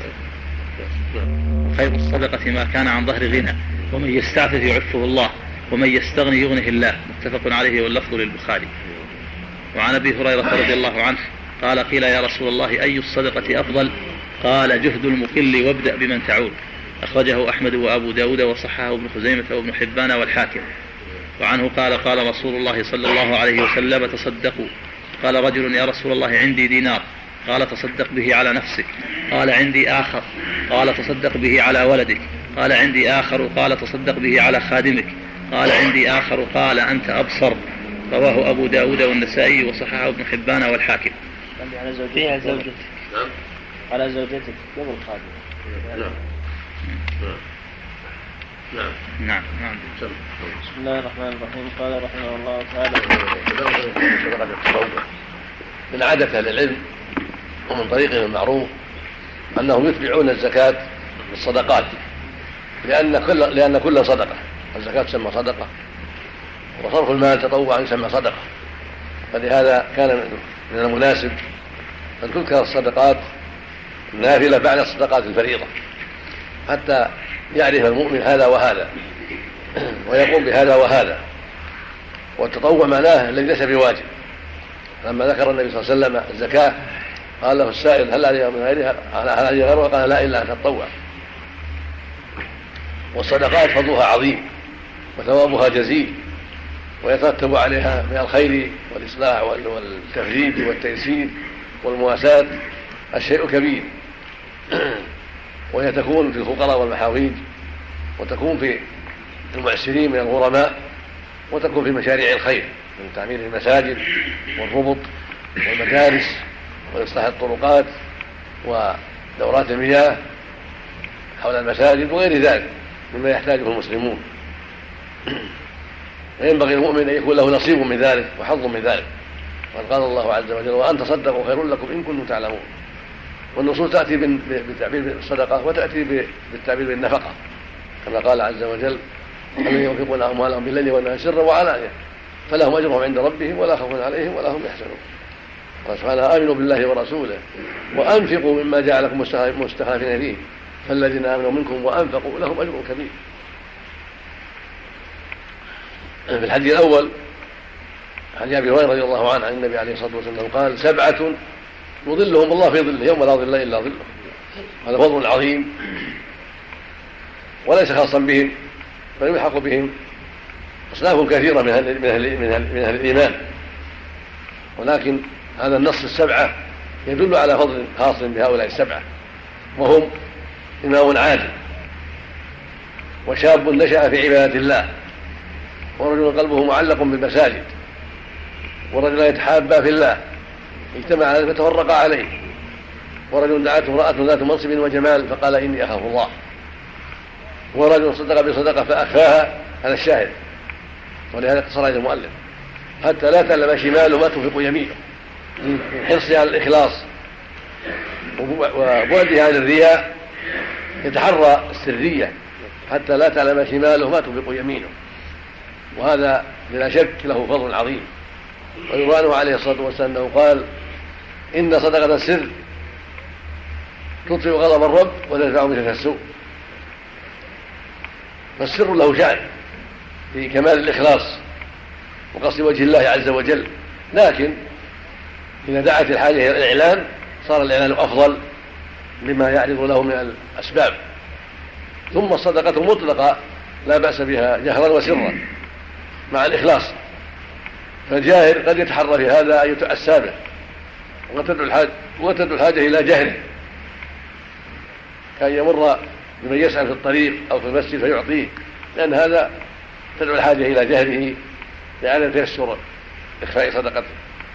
خير الصدقة ما كان عن ظهر غنى، ومن يستعفف يعفه الله، ومن يستغني يغنه الله، متفق عليه واللفظ للبخاري. وعن أبي هريرة رضي الله عنه قال: قيل يا رسول الله أي الصدقة أفضل؟ قال: جهد المقل وابدأ بمن تعود، أخرجه أحمد وأبو داود وصححه ابن خزيمة وابن حبان والحاكم. وعنه قال: قال رسول الله صلى الله عليه وسلم: تصدقوا. قال رجل: يا رسول الله عندي دينار. قال: تصدق به على نفسك. قال: عندي آخر. قال: تصدق به على ولدك. قال: عندي آخر. قال: تصدق به على خادمك. قال: عندي آخر. قال: أنت أبصر. رواه أبو داود والنسائي وصححه ابن حبان والحاكم. على زوجتك على زوجتك على زوجتك قبل الخادم. نعم نعم نعم نعم. بسم الله الرحمن الرحيم. قال رحمه الله تعالى: صدقة التطوع من عادة أهل العلم ومن طريقهم المعروف أنهم يتبعون الزكاة بالصدقات، لأن كل لأن كل صدقة، الزكاة تسمى صدقة، وصرف المال تطوعا يسمى صدقة. فلهذا كان من المناسب أن تذكر الصدقات النافلة بعد الصدقات الفريضة حتى يعرف المؤمن هذا وهذا ويقوم بهذا وهذا. والتطوع معناه الذي ليس بواجب. لما ذكر النبي صلى الله عليه وسلم الزكاة قال له السائل: هل علي من غيرها؟ هل علي غيرها؟ قال: لا، إلا أن تتطوع. والصدقات فضلها عظيم وثوابها جزيل، ويترتب عليها من الخير والإصلاح والتفريج والتيسير والمواساة الشيء كبير. وهي تكون في الفقراء والمحاويج، وتكون في المعسرين من الغرماء، وتكون في مشاريع الخير من تعمير المساجد والربط والمدارس وإصلاح الطرقات ودورات المياه حول المساجد وغير ذلك مما يحتاجه المسلمون. فينبغي المؤمن أن يكون له نصيب من ذلك وحظ من ذلك. وقد قال الله عز وجل: وأن تصدقوا خير لكم إن كنتم تعلمون. والنصوص تأتي بالتعبير بالصدقة وتأتي بالتعبير بالنفقة، كما قال عز وجل: الذين ينفقون أموالهم بالليل والنهار سرا وعلانية فلهم أجرهم عند ربهم ولا خوف عليهم ولا هم يحزنون. قال سبحانه: آمنوا بالله ورسوله وأنفقوا مما جعلكم مستخلفين فيه فالذين آمنوا منكم وأنفقوا لهم أجر كبير. في الحديث الأول عن أبي هريرة رضي الله عنه عن النبي عليه الصلاة والسلام قال: سبعة يظلهم الله في ظله يوم لا ظل إلا ظله. هذا فضل عظيم وليس خاصا بهم، بل يلحق بهم أصناف كثيرة من أهل, من, أهل, من, أهل, من أهل الإيمان، ولكن هذا النص السبعة يدل على فضل خاص بهؤلاء السبعة، وهم: إمام عادل، وشاب نشأ في عبادة الله، ورجل قلبه معلق بالمساجد، ورجل يتحابا في الله اجتمع عليه فتفرقا عليه، ورجل دعته امرأة ذات منصب وجمال فقال: إني أخاف الله، ورجل صدق بصدقة فأخفاها. هذا الشاهد، ولهذا اقتصر عليه المؤلف: حتى لا تعلم شماله ما تنفق يمينه، من حرصه على الإخلاص وبعده عن الرياء يتحرى السرية حتى لا تعلم شماله ما تنفق يمينه، وهذا بلا شك له فضل عظيم. ويروى عنه عليه الصلاة والسلام أنه قال: إن صدقة السر تطفئ غضب الرب وتدفع مثل السوء. فالسر له شأن في كمال الإخلاص وقصد وجه الله عز وجل، لكن إذا دعت الحاجة إلى الإعلان صار الإعلان أفضل لما يعرض له من الأسباب. ثم الصدقة مطلقة لا بأس بها جهرا وسرا مع الإخلاص، فالجاهر قد يتحرى في هذا أن يتأسى به وتدعو الحاجة إلى جهره، كان يمر بمن يسأل في الطريق أو في المسجد فيعطيه، لأن هذا تدعو الحاجة إلى جهره لعدم تيسر إخفاء صدقته.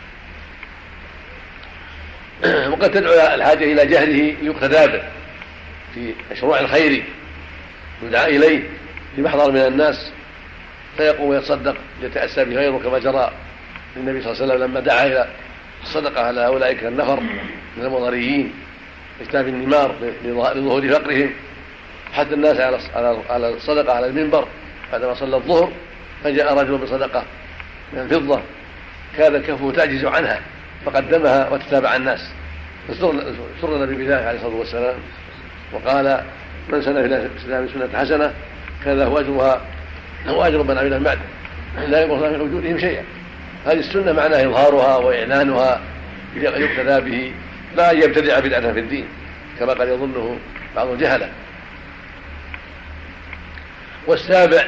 وقد تدعو الحاجة إلى جهره ليقتدى به في مشروع الخير يدعى إليه في محضر من الناس فيقوم ويتصدق يتأسى بغيره، كما جرى للنبي صلى الله عليه وسلم لما دعا إلى الصدقة على أولئك النفر من المضريين اجتاب النمار لظهور فقرهم، حتى الناس على الصدقة على المنبر بعدما صلى الظهر، فجاء رجل بصدقة من الفضة كاد كفه تعجز عنها فقدمها وتتابع الناس، فسر النبي بذلك عليه الصلاة والسلام وقال: من سن في الإسلام سنة حسنة كان له أجرها أو أجر من عمل بعده لا ينقص من وجودهم شيئا. هذه السنة معناها إظهارها وإعلانها يقتدى به، لا أن يبتدع بدعة في الدين كما قد يظنه بعض الجهلة. والسابع: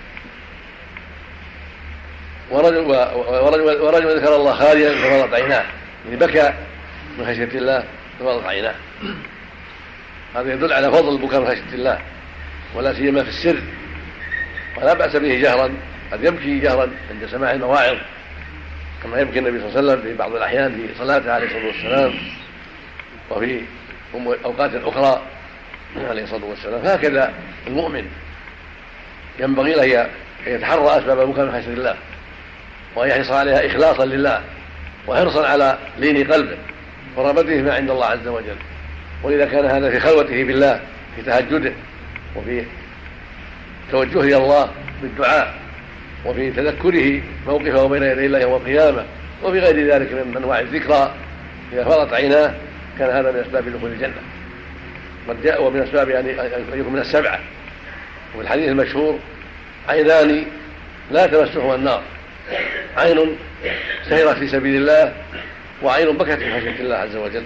ورجل, ورجل, ورجل ذكر الله خاليا ففاضت عيناه، يعني بكى من خشية الله ففاضت عيناه. هذا يدل على فضل البكاء من خشية الله، ولا سيما في السر، ولا بأس به جهرا. قد يبكي جهرا عند سماع المواعظ كما يبكي النبي صلى الله عليه وسلم في بعض الأحيان في صلاته عليه الصلاة والسلام وفي أوقات أخرى عليه الصلاة والسلام. هكذا المؤمن ينبغي له أن يتحرى أسباب البكاء من خشية الله وأن يحرص عليها إخلاصا لله وحرصا على لين قلبه ورغبته ما عند الله عز وجل. وإذا كان هذا في خلوته بالله في تهجده وفي توجهه إلى الله بالدعاء وفي تذكره موقفه بين يدي الله يوم القيامة وفي غير ذلك من أنواع الذكرى، إذا فاضت عيناه كان هذا من أسباب دخول الجنة، قد جاء ومن أسباب يعني أن يكون من السبعة. وفي الحديث المشهور: عينان لا تمسهما النار، عين سهرت في سبيل الله وعين بكت من خشية الله عز وجل.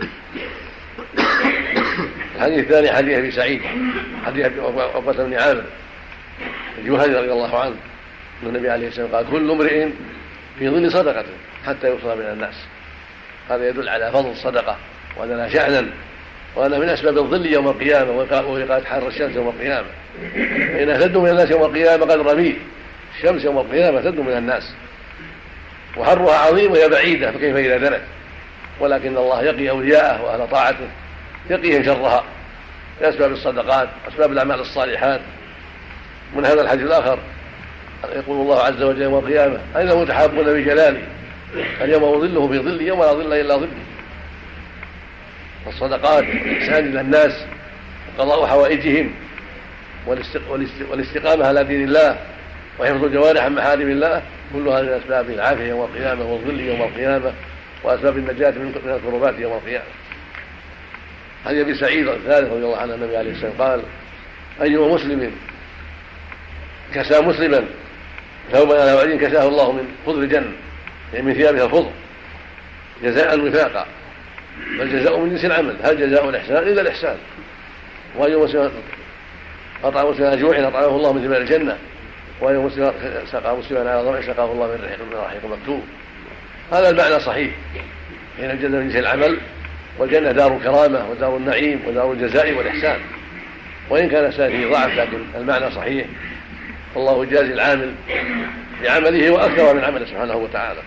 الحديث الثاني حديث أبي سعيد حديث عقبة بن عامر الجهني رضي الله عنه أن النبي عليه الصلاة والسلام قال: كل امرئ في ظل صدقته حتى يوصل من الناس. هذا يدل على فضل الصدقة وأن لها شأنا، وأن من أسباب الظل يوم القيامة ووقاية حر الشمس يوم القيامة، فإنها تد من الناس يوم القيامة قد رميل الشمس يوم القيامة تد من الناس وحرها عظيم وهي بعيدة، فكيف إذا دنت؟ ولكن الله يقي أولياءه وأهل طاعته يقيهم شرها بأسباب الصدقات وأسباب الأعمال الصالحات. من هذا الحديث الآخر يقول الله عز وجل يوم القيامة: أين المتحابون بجلالي اليوم أظله في ظلي يوم لا ظل إلا ظلي. والصدقات والإحسان إلى الناس وقضاء حوائجهم والاستقامة على دين الله وحفظ الجوارح عن محارم الله، كل هذه الأسباب العافية يوم القيامة والظل يوم القيامة وأسباب النجاة من الكربات يوم القيامة. عن أبي سعيد الثالث رضي الله عنه النبي عليه الصلاة والسلام قال: أيما مسلم كسى مسلما ثوبا على وعد كساه الله من خضر الجنة، يعني من ثيابها الخضر جزاء وفاقا، والجزاء من جنس العمل، هل جزاء الإحسان إلا الإحسان. وأيما مسلم أطعم مسلما جوعا أطعمه الله من ثمار الجنة، وأيما مسلم سقى مسلما على ضرع سقاه الله من رحيق من رحيق مكتوب. هذا المعنى صحيح، حين الجنة من جنس العمل، والجنة دار الكرامة ودار النعيم ودار الجزاء والإحسان. وإن كان فيه ضعف لكن المعنى صحيح، والله يجازي العامل بعمله وأكثر من عمله سبحانه وتعالى.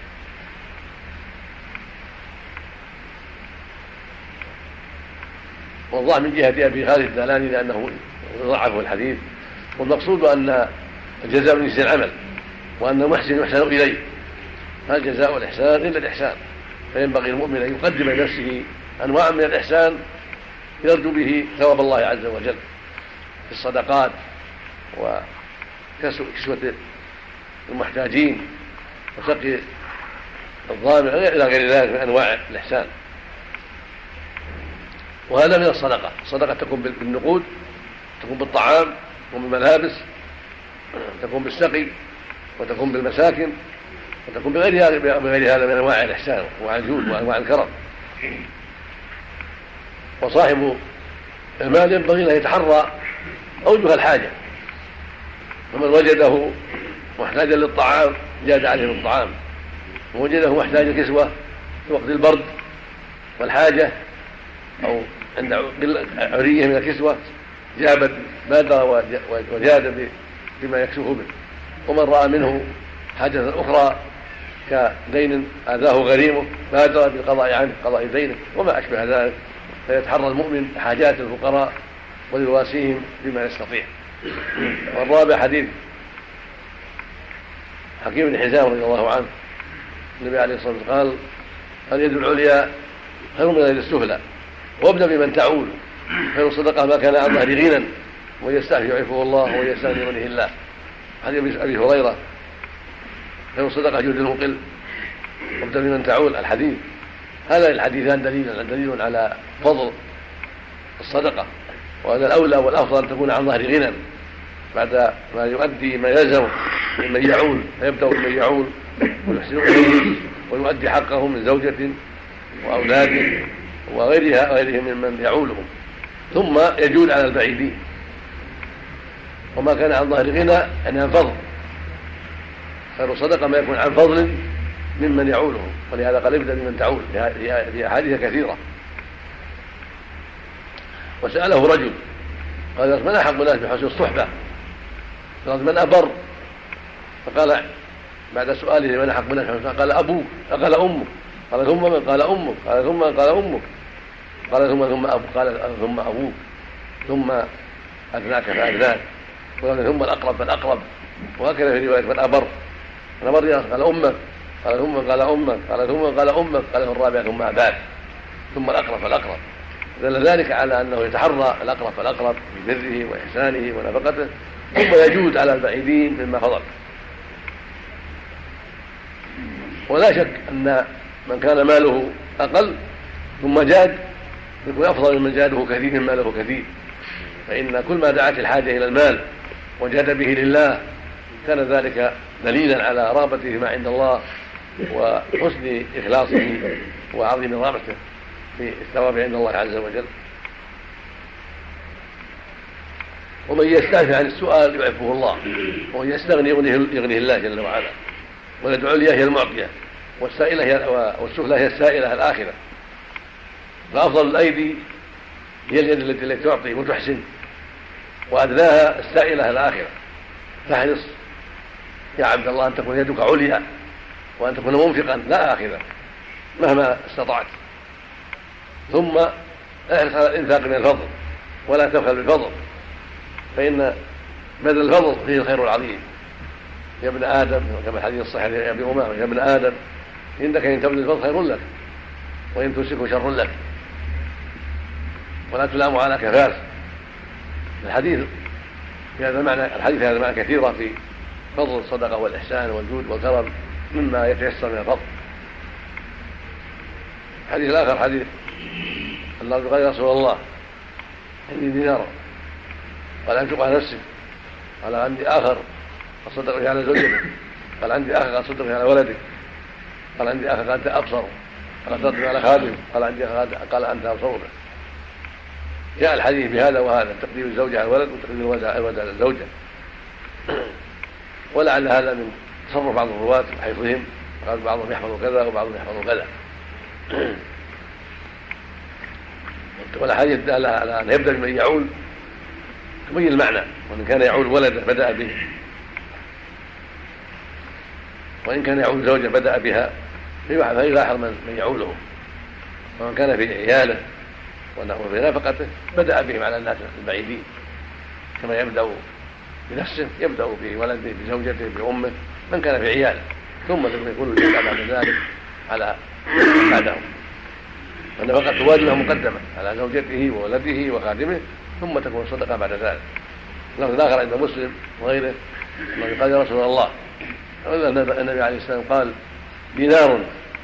والضعف من جهة أبي خالد الدلاني لأنه ضعفه الحديث، والمقصود أن الجزاء من جنس العمل، وأن المحسن يحسن إليه، هل جزاء الإحسان إلا الإحسان. فينبغي المؤمن أن يقدم لنفسه أنواع من الإحسان يرجو به ثواب الله عز وجل في الصدقات وكسوة المحتاجين وسقي الظامئ إلى غير ذلك من أنواع الإحسان. وهذا من الصدقة. الصدقة تكون بالنقود، تكون بالطعام وبالملابس، تكون بالسقي، وتكون بالمساكن، وتكون بغير هذا بغير هذا من أنواع الإحسان وأنواع الجود وأنواع الكرم. وصاحب المال ينبغي أن يتحرى أوجه الحاجة، ومن وجده محتاجا للطعام جاد عليه بالطعام، ووجده محتاج الكسوة في وقت البرد والحاجة أو عند عريه من الكسوة جاب بادر وجاد بما يكسوه به. ومن رأى منه حاجة أخرى كدين آذاه غريمه بادر بالقضاء عنه قضاء دينه وما أشبه ذلك. فيتحرى المؤمن حاجات الفقراء ويواسيهم بما يستطيع. والرابع حديث حكيم بن حزام رضي الله عنه، النبي عليه الصلاة والسلام قال: اليد العليا خير من اليد السفلى، وابدأ بمن تعول، خير الصدقة ما كان عن ظهر غنى ويستعفي يعفه الله ويستغني بمنه الله. حديث أبي هريرة: خير الصدقة جود المقل، وابدأ بمن تعول. الحديث هذا الحديثان دليل دليل على فضل الصدقة، وهذا الأولى والأفضل أن تكون عن ظهر غنى بعد ما يؤدي ما يلزم ممن يعول، فيبدأ بمن يعول ويحسن إليه ويؤدي حقه من زوجة وأولاد وغيرها وغيرهم ممن يعولهم، ثم يجود على البعيدين. وما كان عن ظهر غنى يعني عن فضل، خير صدقة ما يكون عن فضل ممن يعولهم، ولهذا قال: ابدأ بمن تعول في أحاديث كثيرة. وسأله رجل قال: من أحق الناس بحسن الصحبة؟ قال: من أبر؟ فقال بعد سؤاله من أحق الناس بحسن الصحبة قال: أبوك. قال: أمك. قال: ثم من؟ قال: أمك. قال: ثم من؟ قال: أمك. قال: ثم ثم أبوك. قال: ثم أبوك. ثم أدناك فأدناك. قال: ثم الأقرب فالأقرب. وهكذا في رواية من أبر. من أبر قال: أمك. قال: ثم قال: أمك. قال: ثم قال: أمك. قال: في الرابع: ثم أباك. ثم الأقرب فالأقرب. دل ذلك على أنه يتحرى الأقرب فالأقرب ببره وإحسانه ونفقته، ثم يجود على البعيدين مما فضل. ولا شك أن من كان ماله أقل ثم جاد يكون أفضل من جاده كثير من ماله كثير، فإن كل ما دعت الحاجة إلى المال وجاد به لله كان ذلك دليلا على رغبته ما عند الله وحسن إخلاصه وعظيم رغبته في الثواب عند الله عز وجل. ومن يستعفي عن السؤال يعفه الله، ومن يستغني يغنيه الله جل وعلا. واليد العليا هي المعطية، والسائلة هي والسفلى هي السائلة الآخرة. فأفضل الأيدي هي اليد التي تعطي وتحسن، وأدناها السائلة الآخرة. فاحرص يا عبد الله أن تكون يدك عليا، وأن تكون منفقا لا آخذا مهما استطعت. ثم احرص على الإنفاق من الفضل ولا تبخل بالفضل، فإن بذل الفضل فيه الخير العظيم. يا ابن آدم كما الحديث الصحيح يا ابن أمامة: يا ابن آدم إنك إن تبذل الفضل خير لك، وإن تمسكه شر لك. ولا تلام على كفاف. الحديث في هذا المعنى الحديث في هذا المعنى كثيرة في فضل الصدقة والإحسان والجود والكرم مما يتيسر من الفضل. الحديث الآخر حديث أن الرجل قال يا رسول الله عندي دينار، قال أنفق على نفسك، قال عندي آخر أصدق به على زوجتك، قال عندي آخر أصدق به على ولدك، قال عندي آخر قال أنت أبصر، قال أصدق به على خادمك، قال عندي آخر قال أنت أبصر به. جاء الحديث بهذا وهذا، تقديم الزوجة على الولد وتقديم الولد على الزوجة. ولعل هذا من تصرف بعض الرواة وحفظهم، قال بعضهم يحفظ كذا وبعضهم يحفظ كذا. والحديث دل على أن يبدأ بمن يعول تبين المعنى، وإن كان يعول ولده بدأ به، وإن كان يعول زوجة بدأ بها، فيلاحظ من يعوله، ومن كان في عياله وفي نفقته بدأ بهم على الناس البعيدين، كما يبدأ بنفسه يبدأ بولده بزوجته بأمه من كان في عياله، ثم يكون الجزء بعد ذلك على بعدهم. فالنفقة واجبة مقدمة على زوجته وولده وخادمه، ثم تكون الصدقة بعد ذلك. اللفظ الآخر عند مسلم وغيره الذي قال يا رسول الله، النبي عليه السلام قال دينار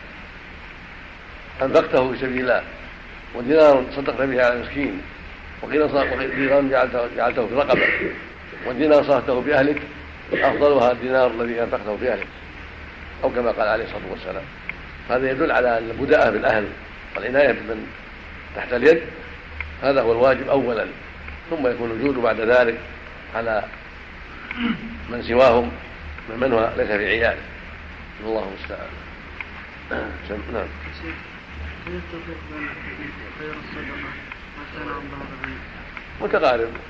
أنفقته في سبيل الله، ودينار صدقت به على المسكين، ودينار جعلته في رقبة، ودينار صرفته بأهلك، أفضلها الدينار الذي أنفقته في أهلك، أو كما قال عليه الصلاة والسلام. هذا يدل على البداءة بالأهل والعناية بمن تحت اليد، هذا هو الواجب أولا، ثم يكون الجود بعد ذلك على من سواهم ممن هو ليس في عياله. الله المستعان. نعم. متقارب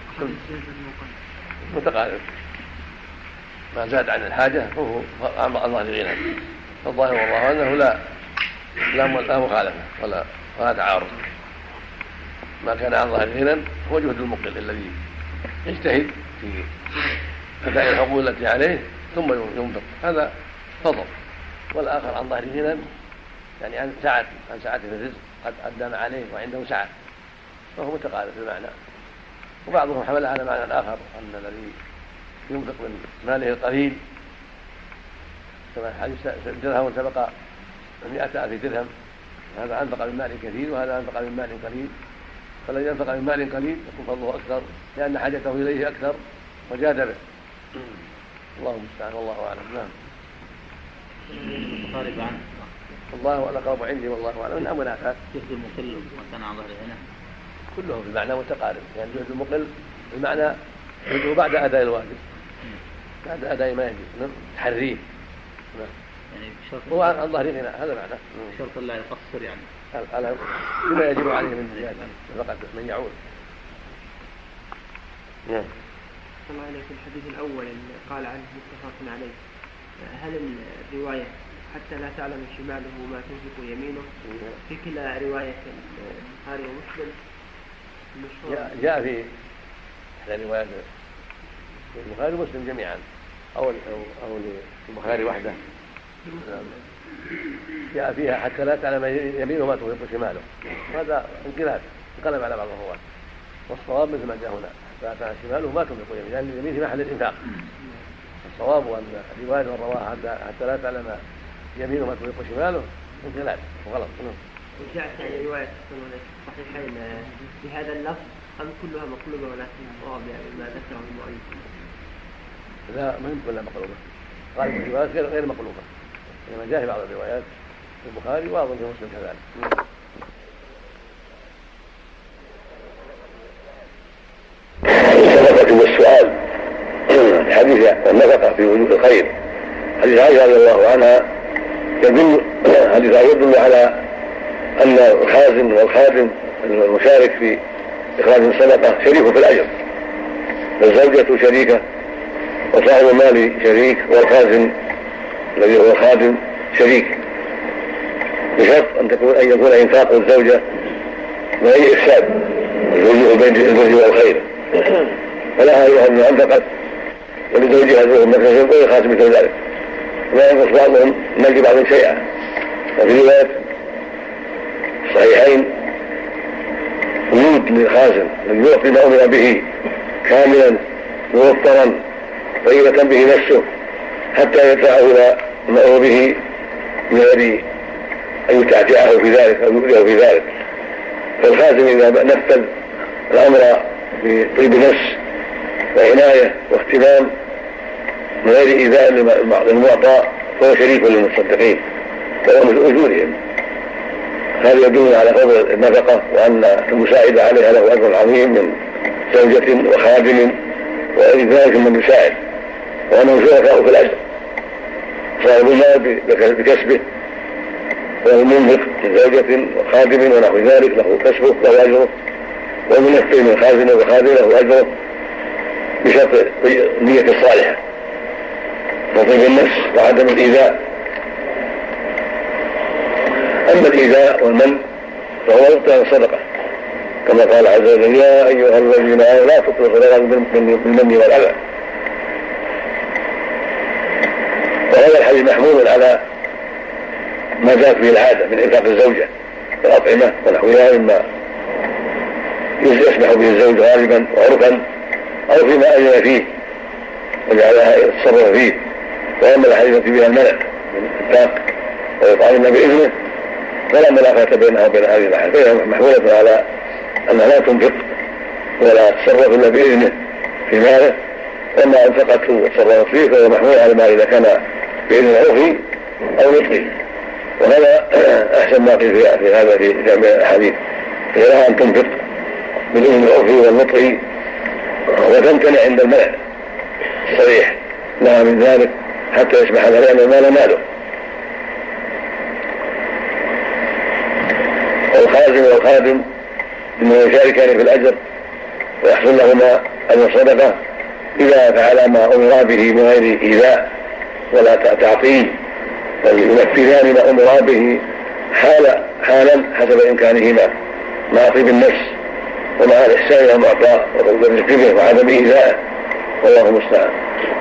متقارب ما زاد عن الحاجة فهو عن الله غنى. الظاهر والله أنه لا لا مخالفة ولا ولا تعارض. ما كان عن ظاهر غنى هو جهد المقل الذي يجتهد في أداء الحقوق التي عليه ثم ينفق، هذا فضل. والآخر عن ظاهر غنى يعني عن سعة عن سعة في الرزق قد أدى ما عليه وعنده سعة، فهو متقارب في المعنى. وبعضهم حمل على معنى الآخر أن الذي ينفق من ماله القليل كما حديث درهم سبق مئة ألف درهم، هذا أنفق من مال كثير وهذا أنفق من مال قليل، فالذي أنفق من مال قليل يكون فضله أكثر لأن حاجته إليه أكثر وجاد به. الله المستعان والله أعلم. نعم. مقارب عنه الله الأقرب عندي والله أعلم. من منافات جهد المقل وكان عن ظهر هنا كله في معنى متقارب، يعني جهد المقل بمعنى جهده بعد أداء الواجب، بعد أداء ما يجب تحريه، يعني شرط هو عن ظهر غنى، هذا معنى شرط الله يقصر يعني على بما يجب عليه من زيادة فقط من يعود. نعم. الله عليك. الحديث الأول قال عنه متفق عليه، هل الرواية حتى لا تعلم شماله ما تنفق يمينه في كلا رواية البخاري ومسلم جاء في إحدى روايات البخاري ومسلم جميعا أو أو البخاري وحده جاء فيها حتى لا تعلم يمينه ما تنفق شماله، هذا انقلاب انقلب على بعض الرواة، والصواب مثل ما جاء هنا حتى لا تعلم شماله ما تنفق يمينه، لأن اليمين في محل الإنفاق. الصواب أن الرواية والرواة حتى لا تعلم يمينه ما تنفق شماله انقلاب وغلط. وجاءت يعني رواية صحيحين بهذا اللفظ أم كلها مقلوبة ولكن صواب يعني ما ذكره المؤلف؟ لا ما هي كلها مقلوبة، غالب الروايات غير مقلوبة، إنما جاء في بعض الروايات في البخاري وأظن في مسلم كذلك. سبقت السؤال حديث النفقة في وجوه الخير، حديث عائشة رضي الله عنها يدل حديث يدل على أن الخازن والخادم المشارك في إخراج الصدقة شريك في الأجر، فالزوجة شريكة وصاحب المال شريك والخازن الذي هو الخادم شريك، بشرط أن تكون أن يكون إنفاق الزوجة من أي إفساد الوجوه بين البر والخير، فلها أيها أن أنفقت ولزوجها زوج مثلا وللخاتم مثل ذلك، ولا ينقص بعضهم من بعضهم شيئا. وفي رواية الصحيحين وجود للخازن أن يعطي ما أمر به كاملا موفرا طيبة به نفسه حتى يدفعه إلى ما أمر به من غير أن يتعتعه في ذلك أو يؤذيه في ذلك. فالخازن إذا نفذ الأمر بطيب نفس وعناية واهتمام من غير إيذاء للمعطى فهو شريك للمصدقين وهو من أجورهم. هذا يدل على فضل النفقة وأن المساعد عليها له أجر عظيم من زوجة وخادم وغير ذلك من يساعد، وأنه شركاء في الأجر صاحب المال بكسبه والمنفق من زوجة وخادم ونحو ذلك له كسبه له أجره، والمنفق من خازن وخادم له أجره بشرط النية الصالحة وطيب النفس وعدم الإيذاء. أما الإيذاء والمن فهو يبطل الصدقة كما قال عز وجل يا أيها الذين آمنوا لا تبطلوا صدقات بالمن والأذى. وهذا الحديث محمول على ما جاءت به العادة من إنفاق الزوجة والأطعمة ونحوها مما يسمح به الزوج غالبا وعرفا أو فيما أذن فيه وجعلها يتصرف فيه. وأما الحديث التي بها المنع من الإنفاق ويطعمنا بإذنه فلا ملاقاة بينها وبين هذه الأحاديث، فهي محمولة على أنها لا تنفق ولا تتصرف إلا بإذنه في ماله، وما أنفقته وتصرفت فيه فهو محمول على ما إذا كان بإذن عرفي أو نطقي. وهذا أحسن ما قيل في هذا في جمع الأحاديث، فلها أن تنفق بالإذن العرفي والنطقي وتمتنع عند المنع الصريح لها من ذلك حتى يسمح لها لأن المال ماله. والخازن والخادم إنه يشاركان في الأجر ويحصل لهما أجر الصدقة إذا فعل ما أمر به من غير إيذاء ولا تعطيل، بل ينفذان ما أمر به حالا حالا حسب إمكانهما مع طيب النفس ومع الإحسان إلى المعطاء والرفق به وعدم إيذائه، والله المستعان.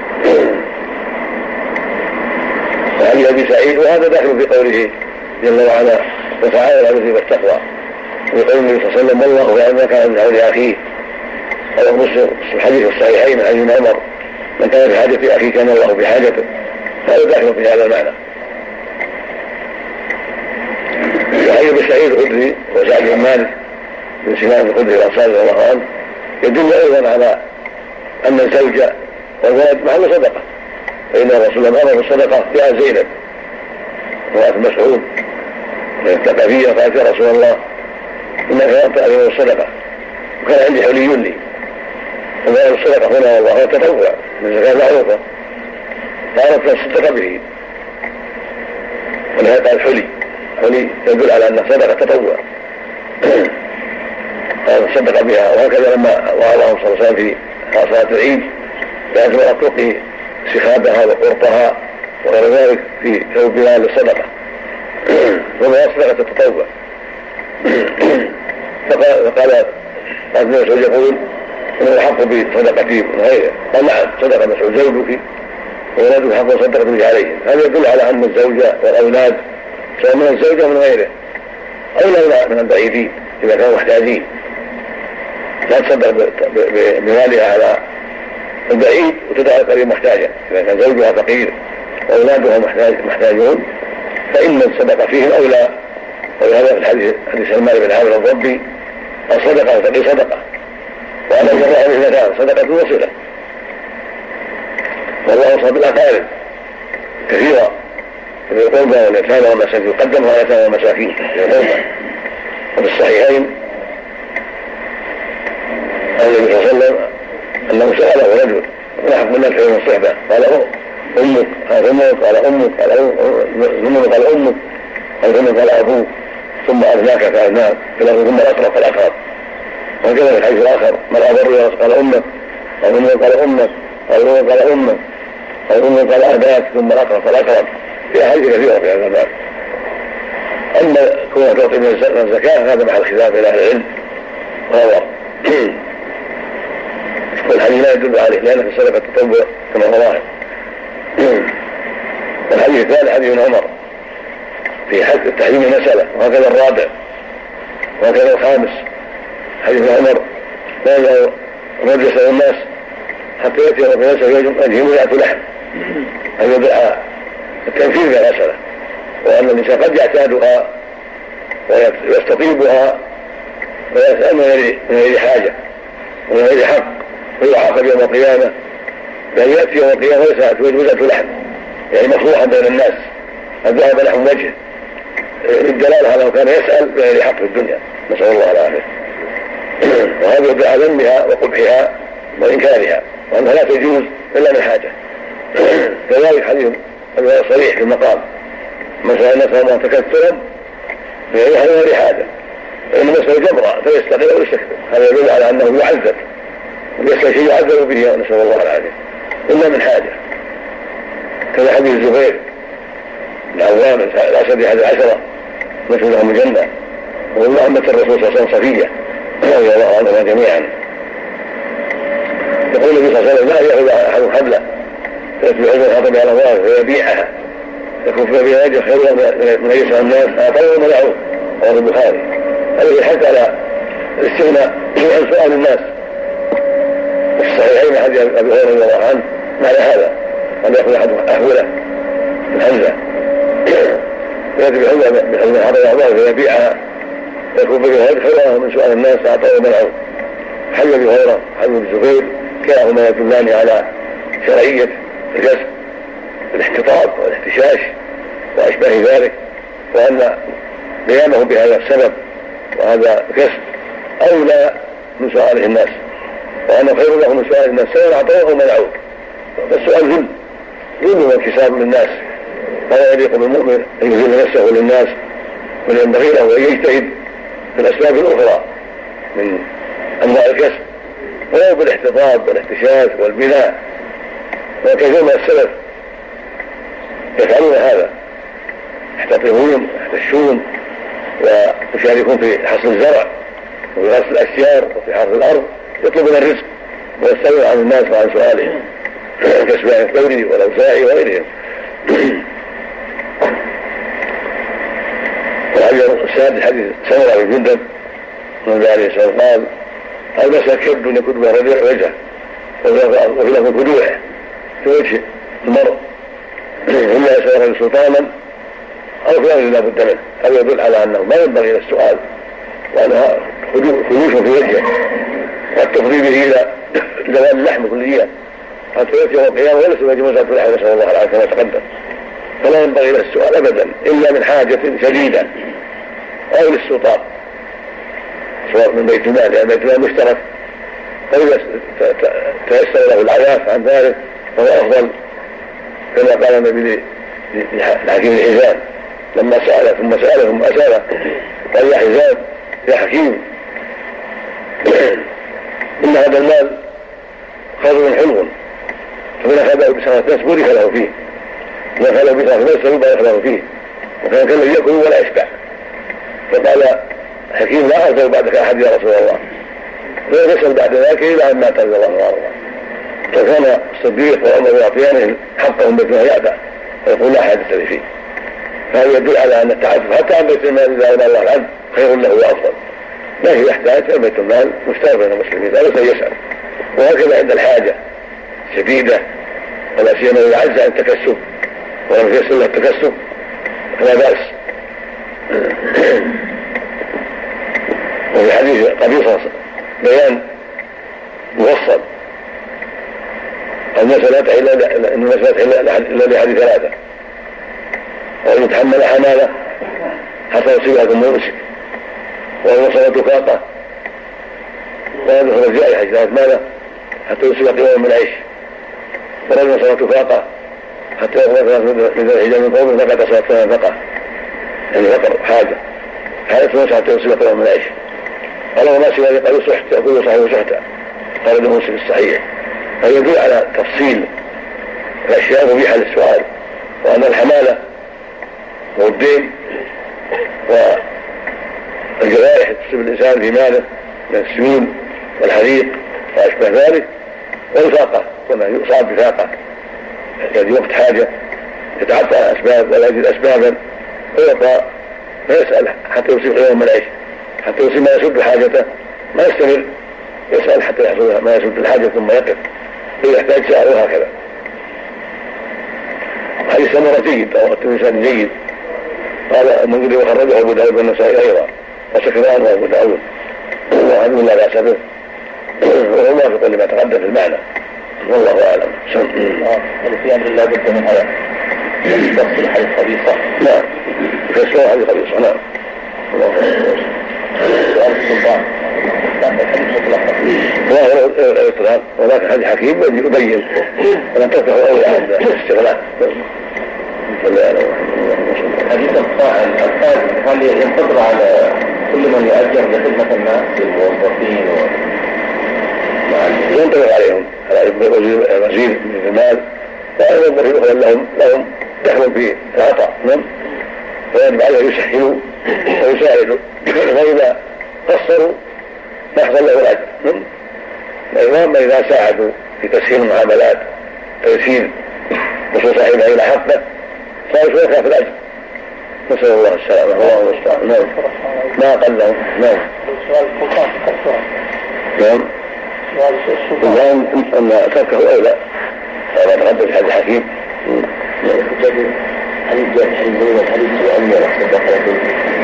وعن أبي سعيد وهذا داخل في قوله جل وعلا وتعاون على البر والتقوى، ويقول النبي صلى الله عليه وسلم والله يعلم ما كان من حول أخيه، أو مسلم في الحديث الصحيحين عن ابن عمر من كان في حاجة أخيه كان الله بحاجته، هذا داخل في هذا المعنى. وعن أبي سعيد الخدري وسعد بن مالك من سنان الخدري الأنصاري رضي الله عنه يدل أيضا على أن الزوجة والولد محل صدقة، فإن الرسول أمر بالصدقة فيها زينب وقالت مسعود الثقفية قالت يا رسول الله إنك أنت أمر الصدقة وكان عندي حلي لي، فما الصدقة هنا والله تطوع من زكاة معروفة، فأردت الصدقة به ولهذا قال حلي حلي يدل على أن الصدقة تطوع قال صدق بها. وهكذا لما وعظهم صلى الله عليه وسلم في صلاة العيد لازم أطلقه سخابها وقرطها وغير ذلك في ثوبها للصدقة وما صدقة التطوع. فقال ابن مسعود يقول إنه الحق بصدقتي من غيره، قال نعم صدق مسعود زوجك وولادك حق صدقة به عليهم. هذا يدل على أن الزوجة والأولاد سواء من الزوجة من غيره أولى من البعيدين إذا كانوا محتاجين، لا تصدق بمالها على البعيد وتدع القريب محتاجا. إذا كان زوجها فقير وأولادها محتاج محتاجون فإن الصدقة فيهم أولى. ولهذا في الحديث حديث سلمان بن عامر الضبي الصدقة تقي صدقة وأنا جرى الاثنتان صدقة وصلة، والله وصى بالأقارب كثيرا في القربى واليتامى والمساكين يقدمها على اليتامى والمساكين في القربى. وفي الصحيحين عن النبي صلى الله عليه وسلم أنه سأله رجل ما حكم الناس في الصحبة قال أمك قال أمك قال أمك قال أمك قال أمك قال أمك قال أبوك ثم أذناك فأذناك ثم الأقرب فالأقرب. وكذا في الحديث الآخر من أبر قال أمك قال أمك قال أمك قال أمك قال أمك قال أمك قال أهداك ثم الأقرب فالأقرب. في أحاديث كثيرة في هذا الباب. أما كونها تعطي من الزكاة هذا محل خلاف بين أهل العلم وهو والحديث لا يدل عليه لأن في الصدقة التطوع كما هو ظاهر. والحديث الثاني حديث ابن عمر في حد التحريم مسألة، وهكذا الرابع وهكذا الخامس حديث عمر لا يزال الرجل يسأل الناس حتى يأتي يوم القيامة وجهه مئة لحم، أن يدعى التنفيذ بالمسألة، وأن الإنسان قد يعتادها ويستطيبها ويسأل من غير حاجة ومن غير حق ويعاقب يوم القيامة بأن يأتي يوم القيامة وليس مئة لحم، يعني مفروحا بين الناس قد ذهب لحم وجهه، الدلالة على أنه كان يسأل بغير حق في الدنيا، نسأل الله العافية. وهذا يدعى ذمها وقبحها وإنكارها، وأنها لا تجوز إلا من حاجة. كذلك حديث صريح في المقام من سأل نفسه ما تكثرا فهي غير حاجة، فإن مسألة جبرة فيستقل أو يستكبر، هذا يدل على أنه يعذب ويسأل شيء يعذب به، نسأل الله العافية، إلا من حاجة. كذا حديث الزبير بن عوام الأسد أحد العشرة مثل لهم الجنة، والله أمة الرسول صلى الله عليه وسلم صفية رضي الله عنهم جميعا. يقول النبي صلى الله عليه وسلم لا يأخذ أحد حبلة فيتبع الحطب على الله ويبيعها يكون في يده خيرا من أن يسأل الناس أعطوه منعوه، رواه البخاري. هذا يحث على الاستغناء عن سؤال الناس. في الصحيحين حديث أبي هريرة رضي الله عنه معنى هذا أن يأخذ أحد أهوله من حمزة يأتي بحمزة الحطب على الله فيبيعها يكون في يده خيرا من سؤال الناس أعطوه منعوه. حديث أبي هريرة حديث الزبير كلاهما يدلان على شرعية الجسد الاحتطاب والاحتشاش وأشباه ذلك، وأن قيامه بهذا السبب وهذا كسب أولى من سؤاله الناس، وأنه خير له من سؤال الناس سواء أعطوه أو منعوه. فالسؤال ذل ذل وانكسار للناس، فلا يليق بالمؤمن أن يذل نفسه للناس، بل ينبغي له أن يجتهد في الأسباب الأخرى من أنواع الكسب ولو بالاحتطاب والاحتشاش والبناء، وكثير من السلف يفعلون هذا، يحتطبون يحتشون ويشاركون في حصد الزرع وفي غسل الأشجار وفي حرث الأرض، يطلبون الرزق ويستغنون عن الناس وعن سؤالهم كسبان الثوري والأوزاعي وغيرهم. السادس حديث سمرة بن جندب من عليه السلام قال المسألة كبد يكون بها ربيع وجهه وفي له خدوعه في وجه المرء إلا يسأل سلطانا أو فلان لا بد منه. هذا يدل على أنه ما ينبغي إلى السؤال، وأنها خدوش في وجهه والتفضيل به إلى زوال اللحم كليا حتى يأتي يوم القيامة وليس بوجه مسألة اللحم، نسأل الله العافية كما تقدم. فلا ينبغي إلى السؤال أبدا إلا من حاجة شديدة أو للسلطان، سواء من بيت المال، يعني بيت المال مشترك، فإذا تيسر له العياف عن ذلك فهو أفضل، كما قال النبي لحكيم الحزام لما سأل ثم سأله ثم أسأله قال يا حزام يا حكيم إن هذا المال خير حلو، فمن أخذه بسنة ناس بورك له فيه، ومن أخذه بسنة ناس بارك له فيه، وكان كان يأكل ولا يشبع. فقال حكيم لا أرسل بعدك أحد يا رسول الله، لا يسأل بعد ذلك إلا أن مات رضي الله عنه. فكان الصديق وعمر يعطيانه حقهم بما يأتى ويقول لا حاجة لي فيه. فهذا يدل على أن التعفف حتى عن بيت المال إذا أمر الله العبد خير له وأفضل، لا يحتاج إلى بيت المال مشترك بين المسلمين لا يسأل. وهكذا عند الحاجة شديدة ولا سيما إذا عز عن التكسب ولم ييسر له التكسب فلا بأس. وفي حديث قبيصة بيان مفصل المسألة إلا إن المسألة إلا لحديث ثلاثة، وأن يتحمل حمالة حتى يصيبها ثم يمسك، وأن وصلت فاقة وأن يدخل الجائحة إذا ماله حتى يصيب قوام من عيش، وأن وصلت فاقة حتى يخرج من الحجاب من قومه فقد أصابت فيها فقة، يعني فقر حاجة حاجة حتى يصيب قوام من عيش. ولو ما سوى قالوا سحت يقول صحيح سحتا، قال ابن مسلم الصحيح. فيدل على تفصيل الأشياء المبيحة للسؤال، وأن الحمالة والدين والجرائح تصيب الإنسان في ماله من السيول والحريق وأشبه ذلك، والفاقة كما يصاب بفاقة يعني وقت حاجة يتعطى أسباب ولا يجد أسبابا ويبقى فيسأل حتى يصيب قيام من العيش، حتى يصيب ما يسد حاجته ما يستمر يسأل حتى يحصل ما يسد الحاجة ثم يقف، إذا يحتاج سأل وهكذا. حديث سمرة جيد أو التمثال جيد. قال المنذري وخرجه أبو داود والنسائي أيضا وسكران وأبو داود وهذا لا بأس به وهو موافق لما تقدم في المعنى والله أعلم. هل في أمر الله بد من هذا تفصيل الحديث خبيصة؟ نعم تفصيل الحديث خبيصة. نعم. سؤال السلطان الحديث مطلقا الإطلاق ولكن حديث حكيم يبين ولم تفتح أول عند الاستغلال. حديث الفاعل هل ينتظر على كل من يؤجر لخدمة الناس للموظفين ينتظر عليهم على وزير من المال لا ينبغي أن لهم لهم دخل في العطاء. نعم. فيجب عليه يسهلوا ويساعدوا فإذا قصروا يحصل له الأجر. نعم. أما إذا ساعدوا في تسهيل المعاملات تيسير وصول صاحبها إلى حقه فيشرك في الأجر. نسأل الله السلامة والله المستعان. نعم. ما قلهم. نعم. نعم. الآن أن تركه أولى هذا تقدم في حديث حكيم. هل الجاهل حلمون والحديث وأن يرحب دخلته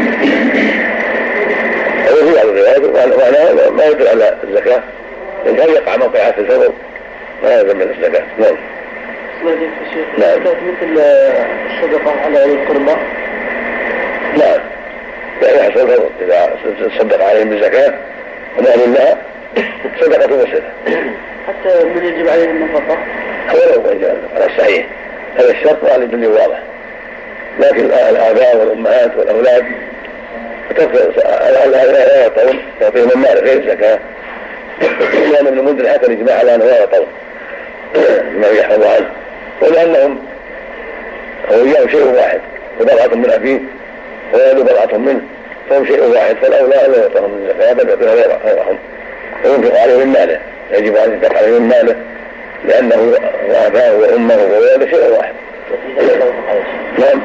هذا في بعض الروايات وأنا ما يدل على الزكاة إن كان يقع موقعات الفضل ما يلزم من الزكاة. نعم. نعم. مثل الصدقة على القربى. نعم. يعني يحصل الفضل إذا صدق عليهم بالزكاة ونعم لها صدقة مسلمة. حتى من يجب عليه النفقة هو لو وجه على الصحيح هذا الشرط وعلى الدليل واضح. لكن الآباء والأمهات والأولاد لا يطول يعطيهم المال غير الزكاة لأن ابن المنذر حكى الإجماع على أنه لا يطول ما يحفظ عنه ولأنهم هو إياهم شيء واحد وبضعة من أبيه ويألو بضعة منه فهم شيء واحد فالأولى لا يعطيهم من الزكاة بل يعطيها غيرهم وينفق عليه من ماله يجب أن ينفق عليه من ماله لأنه وأباه وأمه وولده شيء واحد. نعم.